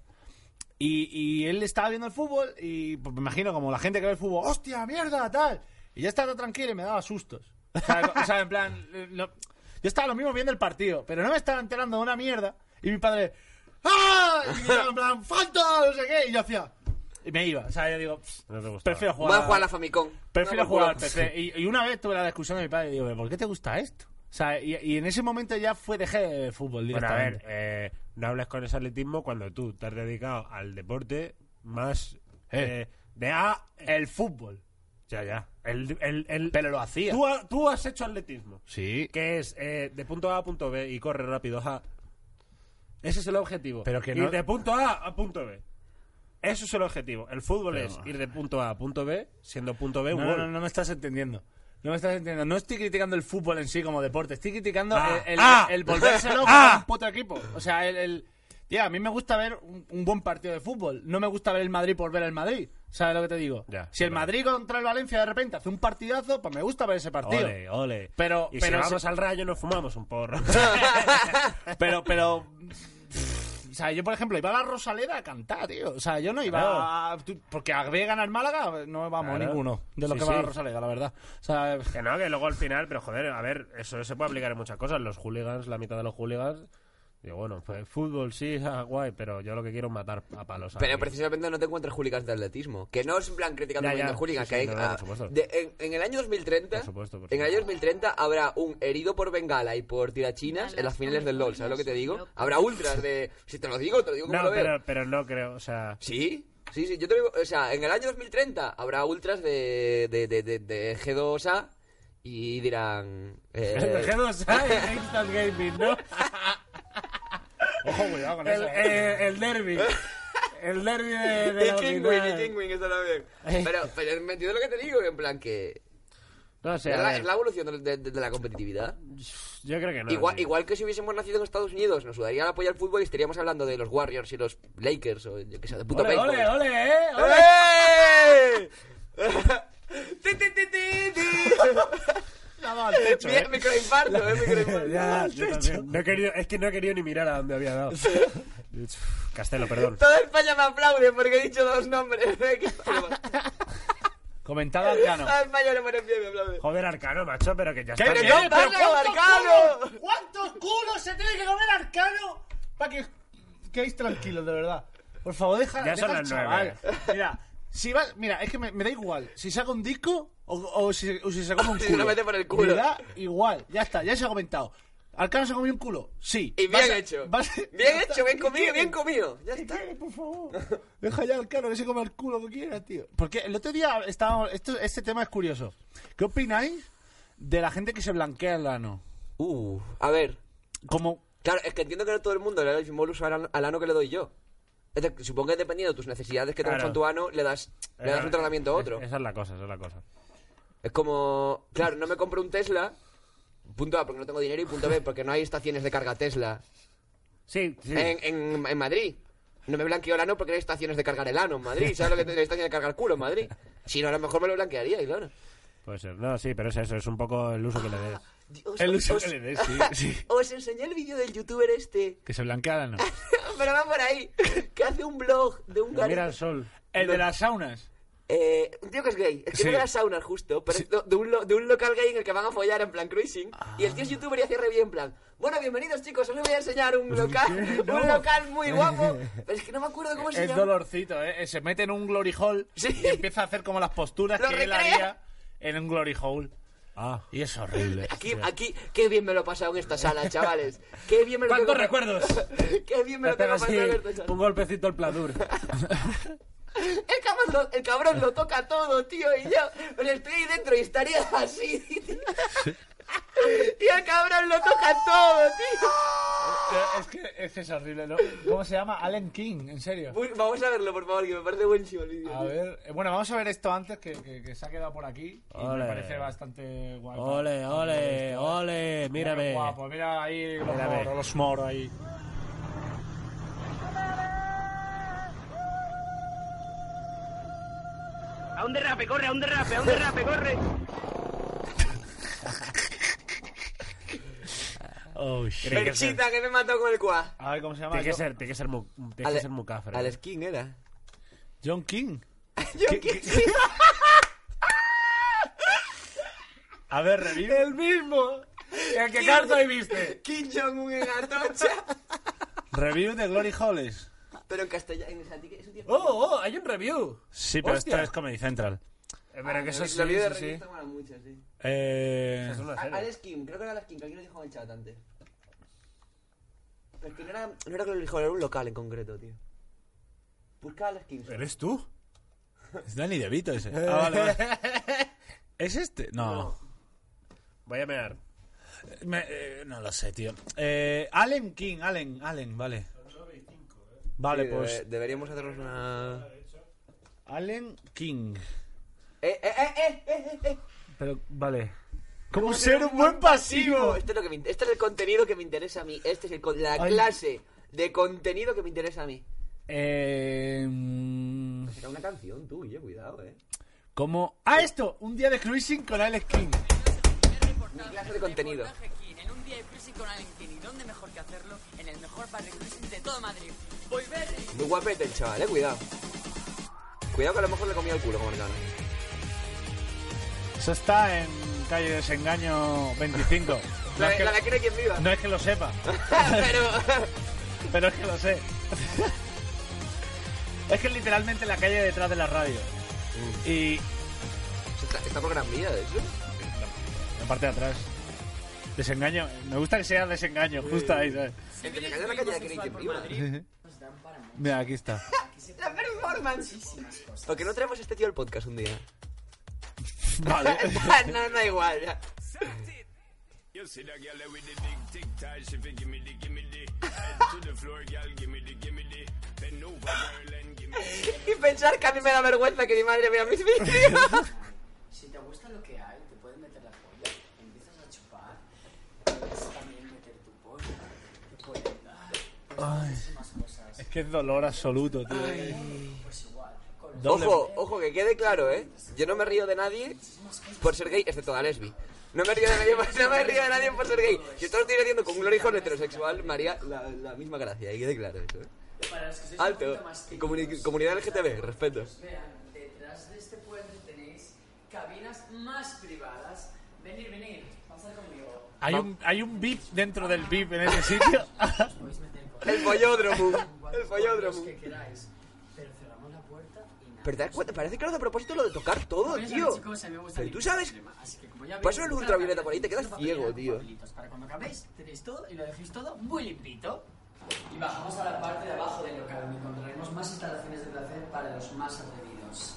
Y él estaba viendo el fútbol y pues, me imagino como la gente que ve el fútbol, ¡hostia, mierda, tal! Y yo estaba tranquilo y me daba sustos. O sea, en plan... Yo estaba lo mismo viendo el partido, pero no me estaba enterando de una mierda. Y mi padre, ¡ah! Y yo en plan, ¡falta! No sé qué. Y yo hacía... Y me iba. O sea, yo digo, prefiero jugar... Voy a jugar a la Famicom. Prefiero jugar al PC. Y una vez tuve la discusión de mi padre y digo, ¿por qué te gusta esto? O sea, y en ese momento ya dejé de fútbol directamente. Bueno, a ver, no hables con ese atletismo cuando tú te has dedicado al deporte más el fútbol. Ya. Pero lo hacía. Tú has hecho atletismo. Sí. Que es de punto A a punto B y corre rápido. Ajá. Ese es el objetivo. Pero que ir de punto A a punto B. Eso es el objetivo. El fútbol es ir de punto A a punto B, siendo punto B un gol. No me estás entendiendo. No estoy criticando el fútbol en sí como deporte. Estoy criticando el volverse loco con un puto equipo. O sea, a mí me gusta ver un buen partido de fútbol. No me gusta ver el Madrid por ver el Madrid. ¿Sabes lo que te digo? Si el Madrid contra el Valencia de repente hace un partidazo, pues me gusta ver ese partido. Ole. Pero si vamos al Rayo nos fumamos un porro. pero o sea, yo por ejemplo iba a la Rosaleda a cantar, tío. O sea, yo no iba porque a ver ganar el Málaga no vamos ninguno de los que va a la Rosaleda, la verdad. O sea, que luego al final, pero joder, a ver, eso se puede aplicar en muchas cosas. Los hooligans, la mitad de los hooligans... Digo, bueno, pues fútbol sí, guay, pero yo lo que quiero es matar a palos. Pero precisamente no te encuentras hooligans de atletismo. Que no es en plan criticando a hooligans. Que hay, en el año 2030, por supuesto. En el año 2030 habrá un herido por bengala y por tirachinas en las finales del LOL, ¿sabes lo que te digo? Habrá ultras de... Si te lo digo como lo veo. Pero no creo, o sea... Sí, yo te digo, o sea, en el año 2030 habrá ultras de G2A y dirán... G2A y Instant Gaming, ¿no? Ojo, cuidado con eso. El derby. El derby de la Kingwin, eso lo veo. Pero me entiendo lo que te digo, en plan que... No sé, es la evolución de la competitividad. Yo creo que no. Igual que si hubiésemos nacido en Estados Unidos, nos sudaría la polla al fútbol y estaríamos hablando de los Warriors y los Lakers o yo que sé, de puto béisbol. ¡Ole! Techo, microinfarto, Ya, yo también. No he querido ni mirar a dónde había dado. Castelo, perdón. Toda España me aplaude porque he dicho dos nombres. Comentado Arcano. Ah, España le pone en pie, me aplaude. Joder, Arcano, macho, pero que ya ¿Qué? está ¿Qué? bien. ¡Pero Arcano! ¿Cuántos culos se tiene que comer Arcano para que quedéis tranquilos, de verdad? Por favor, deja Ya son al las chaval. 9. Mira, si vas, mira, es que me da igual si saca un disco o si se come un Si culo. lo mete por el culo. Me da igual, ya está, ya se ha comentado. ¿Arcano se ha comido un culo? Sí. Y bien hecho. Bien hecho, bien comido, bien comido. Ya está. Por favor. Deja ya al Arcano que se come el culo que quiera, tío. Porque el otro día estábamos... Este tema es curioso. ¿Qué opináis de la gente que se blanquea el ano? A ver. Como... Claro, es que entiendo que no todo el mundo le da el mismo uso al ano que le doy yo. Es decir, supongo que dependiendo de tus necesidades que tengas Claro. con tu ano, le das un tratamiento a otro. Esa es la cosa, esa es la cosa. Es como... Claro, no me compro un Tesla... Punto A, porque no tengo dinero, y punto B, porque no hay estaciones de carga Tesla Sí. en Madrid. No me blanqueo el ano porque no hay estaciones de cargar el ano en Madrid. ¿Sabes lo que hay estaciones de cargar el culo en Madrid? Si no, a lo mejor me lo blanquearía, y claro. Puede ser. No, sí, pero es eso, es un poco el uso que le des. El uso que le des, sí. Os enseñé el vídeo del youtuber este, Que se blanquea el ano. pero va por ahí, que hace un blog de un Mira el sol. El de las saunas. un tío que es gay, es que Sí. no de las saunas justo, pero es de un local gay en el que van a follar en plan cruising, y el tío es youtuber y hace re bien en plan, bueno, bienvenidos chicos, os voy a enseñar un local, un local muy guapo, pero es que no me acuerdo cómo se Es llama. dolorcito, ¿eh? Se mete en un glory hole y empieza a hacer como las posturas Lo que él recrea. haría en un glory hole. Y es horrible. Aquí, qué bien me lo he pasado en esta sala, chavales. Qué bien me lo ¿Cuántos tengo recuerdos? Qué bien me lo Te tengo pega pasado en así esta sala. un golpecito al pladur. El cabrón lo toca todo, tío, y yo estoy ahí dentro y estaría así. Y el cabrón lo toca todo, tío. Es que es horrible, ¿no? ¿Cómo se llama? Allen King, en serio. Uy, vamos a verlo, por favor, que me parece buenísimo el vídeo. A ver, bueno, vamos a ver esto antes que se ha quedado por aquí. Y Ole. me parece bastante guay. Ole, ole, ole, mírame. Guapo, mira ahí Mírame. los moros ahí. A un derrape, corre, corre. Oh, shit. Perchita, que me mató con el cuá. A ver, ¿cómo se llama? Tiene que ser muy cafre. Al skin era. John King. John King. A ver, revive. El mismo. El que Carto ahí viste. Kim Jong-un en Atocha. Review de Glory Holes. Pero en castellano, en Santi, es un tío. Hay un review. Sí, pero Hostia. esto es Comedy Central. Pero que eso sí, Los vídeos de sí, sí. revista molan mucho, sí. Es una serie. Al skin, creo que era al skin, que alguien lo dijo en el chat antes. Pero es que no era que lo dijo, era un local en concreto, tío. Busca al skin. ¿Eres tú? Es Danny DeVito ese. Vale. ¿Es este? No. Voy a mear. No lo sé, tío. Allen King, Allen, vale. Vale, Sí, pues. deberíamos hacernos una... Allen King. ¡Eh! Pero, vale. ¿Cómo ser un buen pasivo? Este es el contenido que me interesa a mí. Este es la Ay. clase de contenido que me interesa a mí. Mm, Será una canción tuya, cuidado, ¿Cómo? Esto. Un día de cruising con Allen King. Mi clase de contenido. En un día de cruising con Allen King. ¿Y dónde mejor que hacerlo? En el mejor bar de cruising de todo Madrid. Volver. Muy guapete el chaval, cuidado. Cuidado que a lo mejor le comía el culo como Arcano. Eso está en calle Desengaño 25. La de Quiero Quien Viva. No es que lo sepa. Pero es que lo sé. Es que es literalmente la calle detrás de la radio. Y Está por Gran Vía, de hecho. la parte de atrás. Desengaño. Me gusta que sea Desengaño, justo ahí, ¿sabes? Entre la calle de la calle de Quiero Quien Viva. Mira, aquí está. La performance. ¿Por qué no traemos este tío al podcast un día? Vale. No, da igual, ya. Y pensar que a mí me da vergüenza que mi madre vea mis vídeos. Si te gusta lo que hay, te puedes meter la polla, empiezas a chupar, puedes también meter tu polla, puedes hacer muchísimas cosas. Es que es dolor absoluto, tío. Pues igual, con Ojo, que quede claro, yo no me río de nadie por ser gay, excepto de Lesbi. No me río de nadie por ser gay. Si esto lo estoy haciendo con un Glory Hole heterosexual, me haría la misma gracia, y quede claro eso, Para los que sois un Alto. poquito más típicos, Comunidad LGTB, respeto. vean, detrás de este puente tenéis cabinas más privadas. Venir, pasad conmigo. Hay un VIP dentro del VIP en ese sitio. Podéis meter con El follódromo. El los follódromo. que queráis. Pero cerramos la puerta y nada. Pero te das cuenta, parece que lo hace a propósito lo de tocar todo, Pues, tío. chicos, a mí me gusta Pero el tú sabes... sistema, así que como ya Pasa veis, la luz ultravioleta por ahí, te quedas solo ciego, papelera tío. con papelitos. Para cuando acabéis, tenéis todo y lo dejéis todo muy limpito. Y bajamos a la parte de abajo del local, donde encontraremos más instalaciones de placer para los más atrevidos.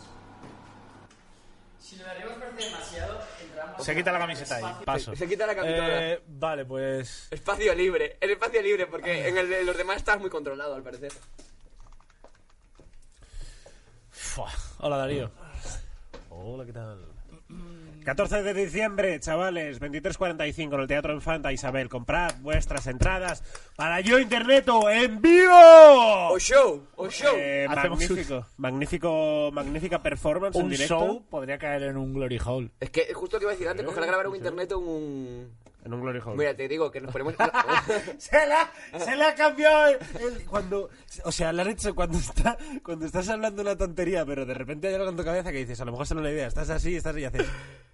Si lo de arriba os parece demasiado, entramos... Se quita la camiseta ahí, paso. Se quita la camiseta. Vale, pues... Espacio libre. Es espacio libre porque en los demás estás muy controlado, al parecer. Hola, Darío. Hola, ¿qué tal? 14 de diciembre, chavales, 23:45 en el Teatro Infanta Isabel. Comprad vuestras entradas para Yo Interneto en vivo. O show. Magnífica performance en Un directo. show podría caer en un Glory Hole. Es que justo lo que iba a decir antes, coger a grabar un internet en un Glory Hole. Mira, te digo que nos ponemos... Se le ha cambiado cuando... O sea, la leche cuando estás hablando una tontería, pero de repente hay algo en tu cabeza que dices, a lo mejor es una idea, estás así y haces...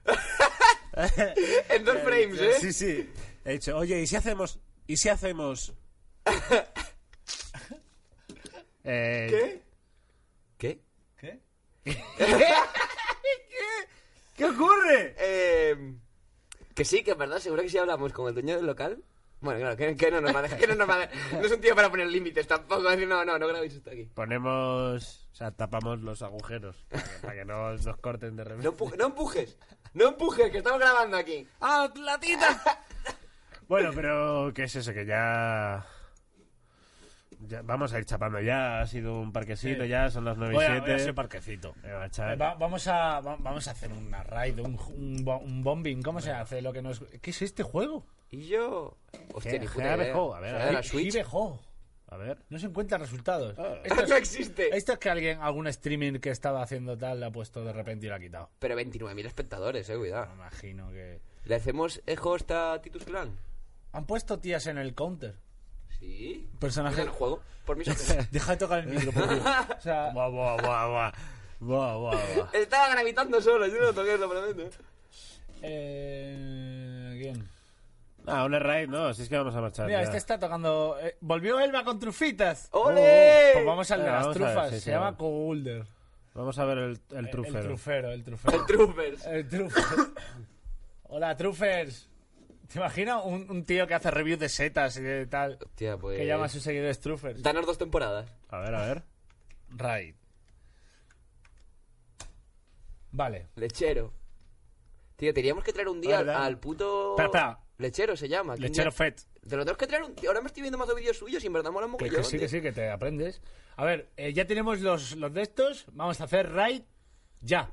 En 2 frames, ¿eh? Sí. He dicho, oye, ¿y si hacemos...? ¿Qué? ¿Qué ocurre? Que sí, que es verdad, seguro que si hablamos con el dueño del local... Bueno, claro, que no nos va a dejar, no es un tío para poner límites tampoco, decir, no grabéis esto aquí. Ponemos... O sea, tapamos los agujeros para que no nos corten de repente. No empujes, que estamos grabando aquí. ¡Ah, latita! Bueno, pero ¿qué es eso? Que ya vamos a ir chapando. Ya ha sido un parquecito, ya son las 9:07. Voy a ese parquecito. Vamos a hacer una raid, un bombing. ¿Cómo se hace? Lo que nos... ¿Qué es este juego? Y yo... Hostia, ni puta idea. A ver. La Switch. A ver. No se encuentran resultados. No existe. Esto es que algún streaming que estaba haciendo tal le ha puesto de repente y lo ha quitado. Pero 29.000 espectadores, cuidado. Me imagino que... ¿Le hacemos host a Titus Clan? Han puesto tías en el counter. ¿Sí? Personaje... ¿En el juego? Por mi Deja de tocar el micro, por favor. O sea... Buah. Estaba gravitando solo, yo no lo toqué, lo prometo. ¿Quién? Una raid, no, si es que vamos a marchar. Mira, ya. este está tocando... volvió Elba con trufitas. ¡Ole! Pues vamos al de las trufas. Sí, se llama Coulder. Vamos a ver el trufero. El Truffers. El Truffers. Hola, Truffers. ¿Te imaginas un tío que hace reviews de setas y de tal? Hostia, pues... Que llama a sus seguidores Truffers. Danos 2 temporadas. A ver. Raid. Vale. Lechero. Tío, teníamos que traer un día al puto... Espera. Lechero se llama. Lechero Fett. Te lo tenemos que traer un... Ahora me estoy viendo más vídeos suyos y en verdad mola un mogollón. Que sí, que te aprendes. A ver, ya tenemos los de estos. Vamos a hacer raid ya.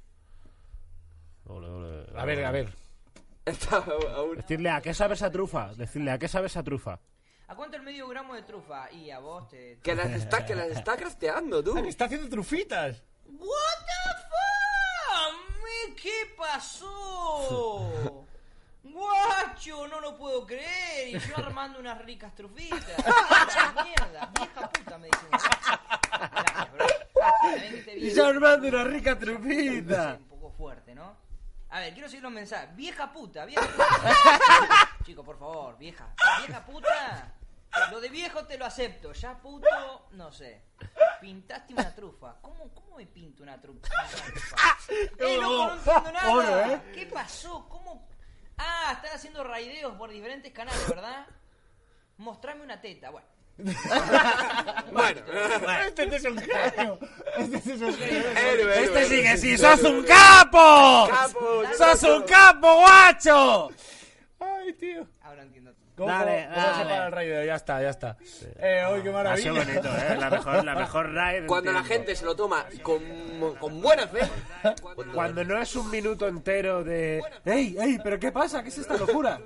A ver. Decirle, ¿a qué sabe esa trufa? ¿A cuánto el medio gramo de trufa? Y a vos te... Que las está crafteando, tú. Que está haciendo trufitas. What the fuck? ¿Qué pasó? Guacho, no lo puedo creer. Y yo armando unas ricas trufitas. Mierda, vieja puta, me dicen. Gracias, bro. Y yo armando una rica trufita. Un poco fuerte, ¿no? A ver, quiero seguir los mensajes. Vieja puta. Chico, por favor, vieja puta. Lo de viejo te lo acepto. Ya puto, no sé. Pintaste una trufa. ¿Cómo me pinto una trufa? Loco, no entiendo nada. ¿Qué pasó? ¿Cómo? Ah, están haciendo raideos por diferentes canales, ¿verdad? Mostrame una teta. Bueno. Este es un capo. Este sí que sí, sos un capo. Sos un capo, guacho. Ay, tío. Ahora entiendo. Dale. Se para el raideo, ya está. Sí. Uy, qué maravilla. Ha sido bonito, la mejor raid. Cuando la gente se lo toma con buena fe. Cuando no es un minuto entero de... ¡Ey, pero qué pasa! ¿Qué es esta locura?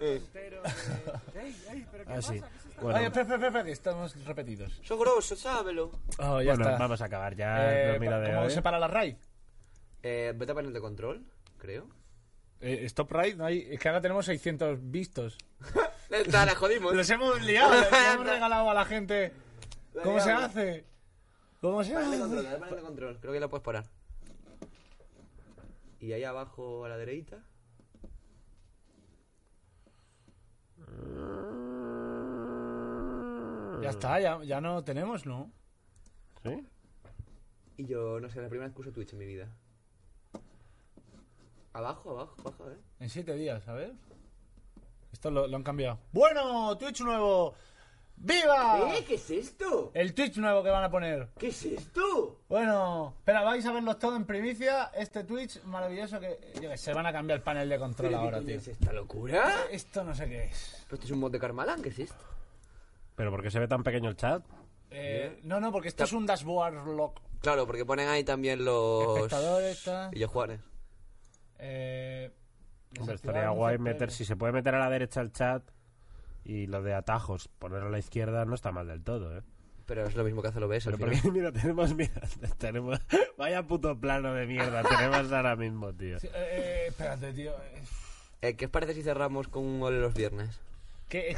Así. Bueno. Ay, espera, que estamos repetidos. Son grosos, sábelo. Ya está. Vamos a acabar ya. ¿Cómo se para la raid? Vete a panel de control, creo. Stop raid, no hay... Es que ahora tenemos 600 vistos. La jodimos. Los hemos liado, les hemos regalado a la gente. ¿Cómo se hace? Panel de control, creo que lo puedes parar. Y ahí abajo a la derecha. Ya está, ya no tenemos, ¿no? ¿Sí? Y yo, no sé, la primera vez que uso Twitch en mi vida. Abajo, En 7 días, a ver. Esto lo han cambiado. Bueno, Twitch nuevo. ¡Viva! ¿Qué es esto? El Twitch nuevo que van a poner. ¿Qué es esto? Bueno, espera, vais a verlos todo en primicia. Este Twitch maravilloso que... Yo que sé, van a cambiar el panel de control ahora, tío. ¿Es esta locura? Esto no sé qué es. ¿Pero esto es un mod de Carmalán? ¿Qué es esto? ¿Pero por qué se ve tan pequeño el chat? No, porque esto es un dashboard lock. Claro, porque ponen ahí también los... espectadores, y los Juanes. Hombre, estaría guay meter... Si se puede meter a la derecha el chat y lo de atajos, ponerlo a la izquierda, no está mal del todo, ¿eh? Pero es lo mismo que hace el OBS. Pero porque, mira, tenemos... Vaya puto plano de mierda tenemos ahora mismo, tío. Sí, espérate, tío. ¿Qué os parece si cerramos con un gol los viernes? ¿Qué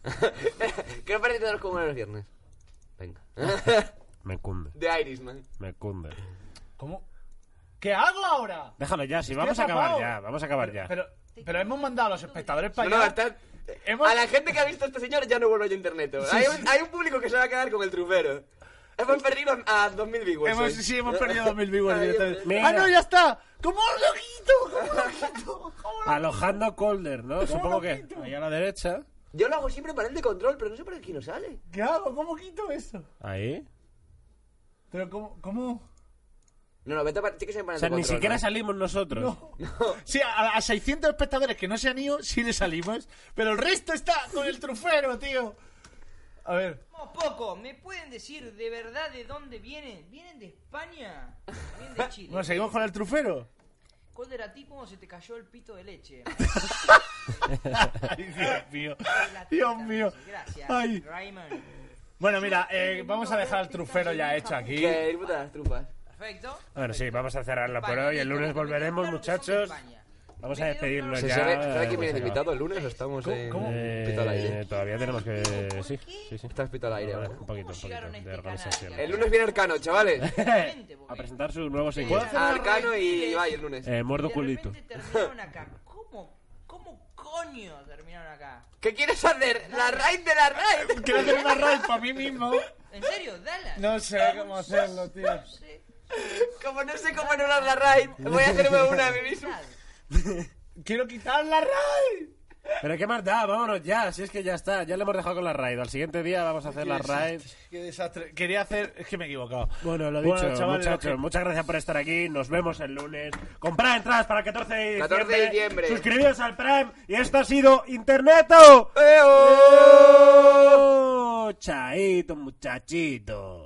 os parece si cerramos con un gol los viernes? Venga. Me cunde. De Irishman. Me cunde. ¿Cómo? ¿Qué hago ahora? Déjalo ya, si vamos a acabar ya. Pero hemos mandado a los espectadores para allá. A la gente que ha visto a este señor ya no vuelve a internet. Hay un público que se va a quedar con el trufero. Hemos perdido a 2000 viewers. Sí, hemos perdido 2000 viewers directamente. Mira. ¡Ah, no, ya está! ¿Cómo lo quito? Alojando Colder, ¿no? Supongo que ahí a la derecha. Yo lo hago siempre para el de control, pero no sé por qué no sale. ¿Qué hago? ¿Cómo quito eso? Ahí. Pero ¿cómo? No, vete para... Tiene que ser para el O sea, de ni control, siquiera ¿no? salimos nosotros. No. Sí, a 600 espectadores que no se han ido, sí le salimos. Pero el resto está con el trufero, tío. A ver. Poco, ¿me pueden decir de verdad de dónde vienen? ¿Vienen de España? ¿Vienen de Chile? Bueno, seguimos con el trufero. Colder, ¿a ti cómo se te cayó el pito de leche? Ay, Dios mío. Dios mío. Gracias, Ay. Raymond. Bueno, mira, vamos a dejar el trufero ya hecho aquí. Que disfruta las trufas. Perfecto. Bueno, sí, vamos a cerrarlo por hoy. El lunes volveremos, muchachos. Vamos a despedirnos ya. ¿Sabe quién viene invitado el lunes o estamos en Pito al aire? Todavía tenemos que... Sí. Estás Pito al aire ahora. Un poquito de organización. El lunes viene Arcano, chavales. A presentar su nuevo single. Arcano y Ibai el lunes. Muerdo culito. Terminaron acá. ¿Cómo coño terminaron acá? ¿Qué quieres hacer? ¿La raid de la raid? Quiero hacer una raid para mí mismo. ¿En serio? Dala. No sé cómo hacerlo, tío. Como no sé cómo anular la raid, voy a hacerme una a mí mismo. ¡Quiero quitar la raid! Pero qué más da, vámonos ya. Si es que ya está, ya le hemos dejado con la raid. Al siguiente día vamos a hacer la raid. Qué desastre. Quería hacer... Es que me he equivocado. Bueno, lo dicho, chavales, muchachos. Muchas gracias por estar aquí. Nos vemos el lunes. Comprad entradas para el 14 de diciembre. 14 de diciembre. Suscribíos al Prime. Y esto ha sido Interneto. Chaito, muchachito.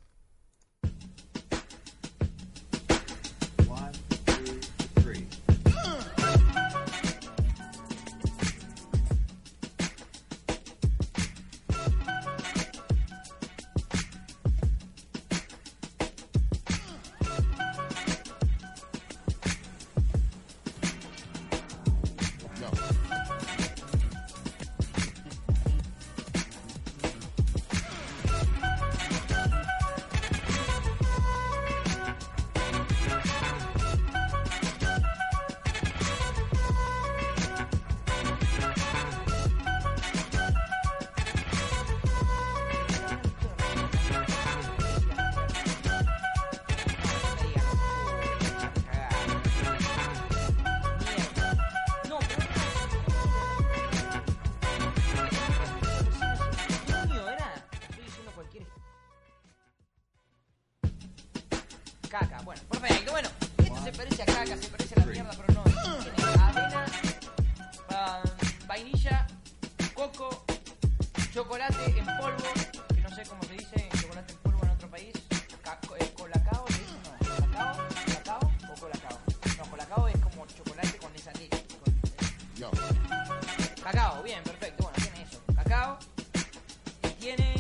Caca, bueno, perfecto, bueno. Esto se parece a caca, se parece a la mierda, pero no. Tiene avena, vainilla, coco, chocolate en polvo, que no sé cómo se dice, chocolate en polvo en otro país. Colacao, ¿le dicen? No, ¿cacao o colacao? No, colacao es como chocolate con esa leche. No. Cacao, bien, perfecto, bueno, tiene eso. Cacao, y tiene...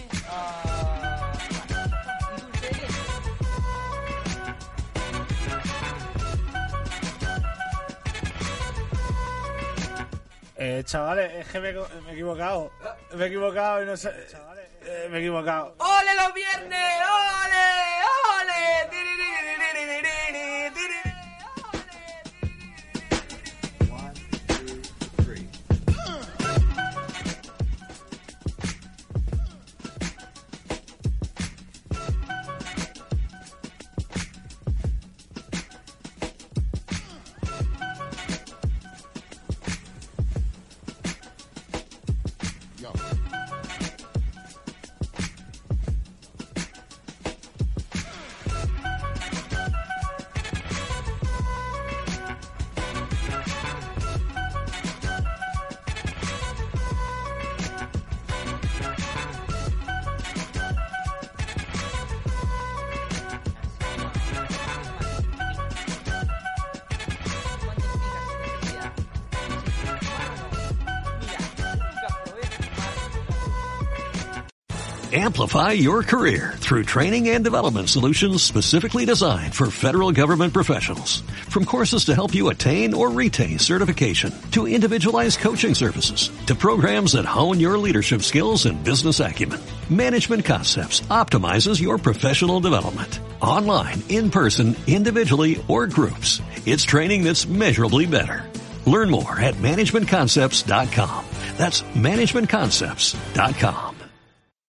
y dulce de leche. Chavales, es que me he equivocado. Me he equivocado y no sé... Chavales, me he equivocado. ¡Ole los viernes! ¡Ole! ¡Ole! Amplify your career through training and development solutions specifically designed for federal government professionals. From courses to help you attain or retain certification, to individualized coaching services, to programs that hone your leadership skills and business acumen, Management Concepts optimizes your professional development. Online, in person, individually, or groups, it's training that's measurably better. Learn more at managementconcepts.com. That's managementconcepts.com.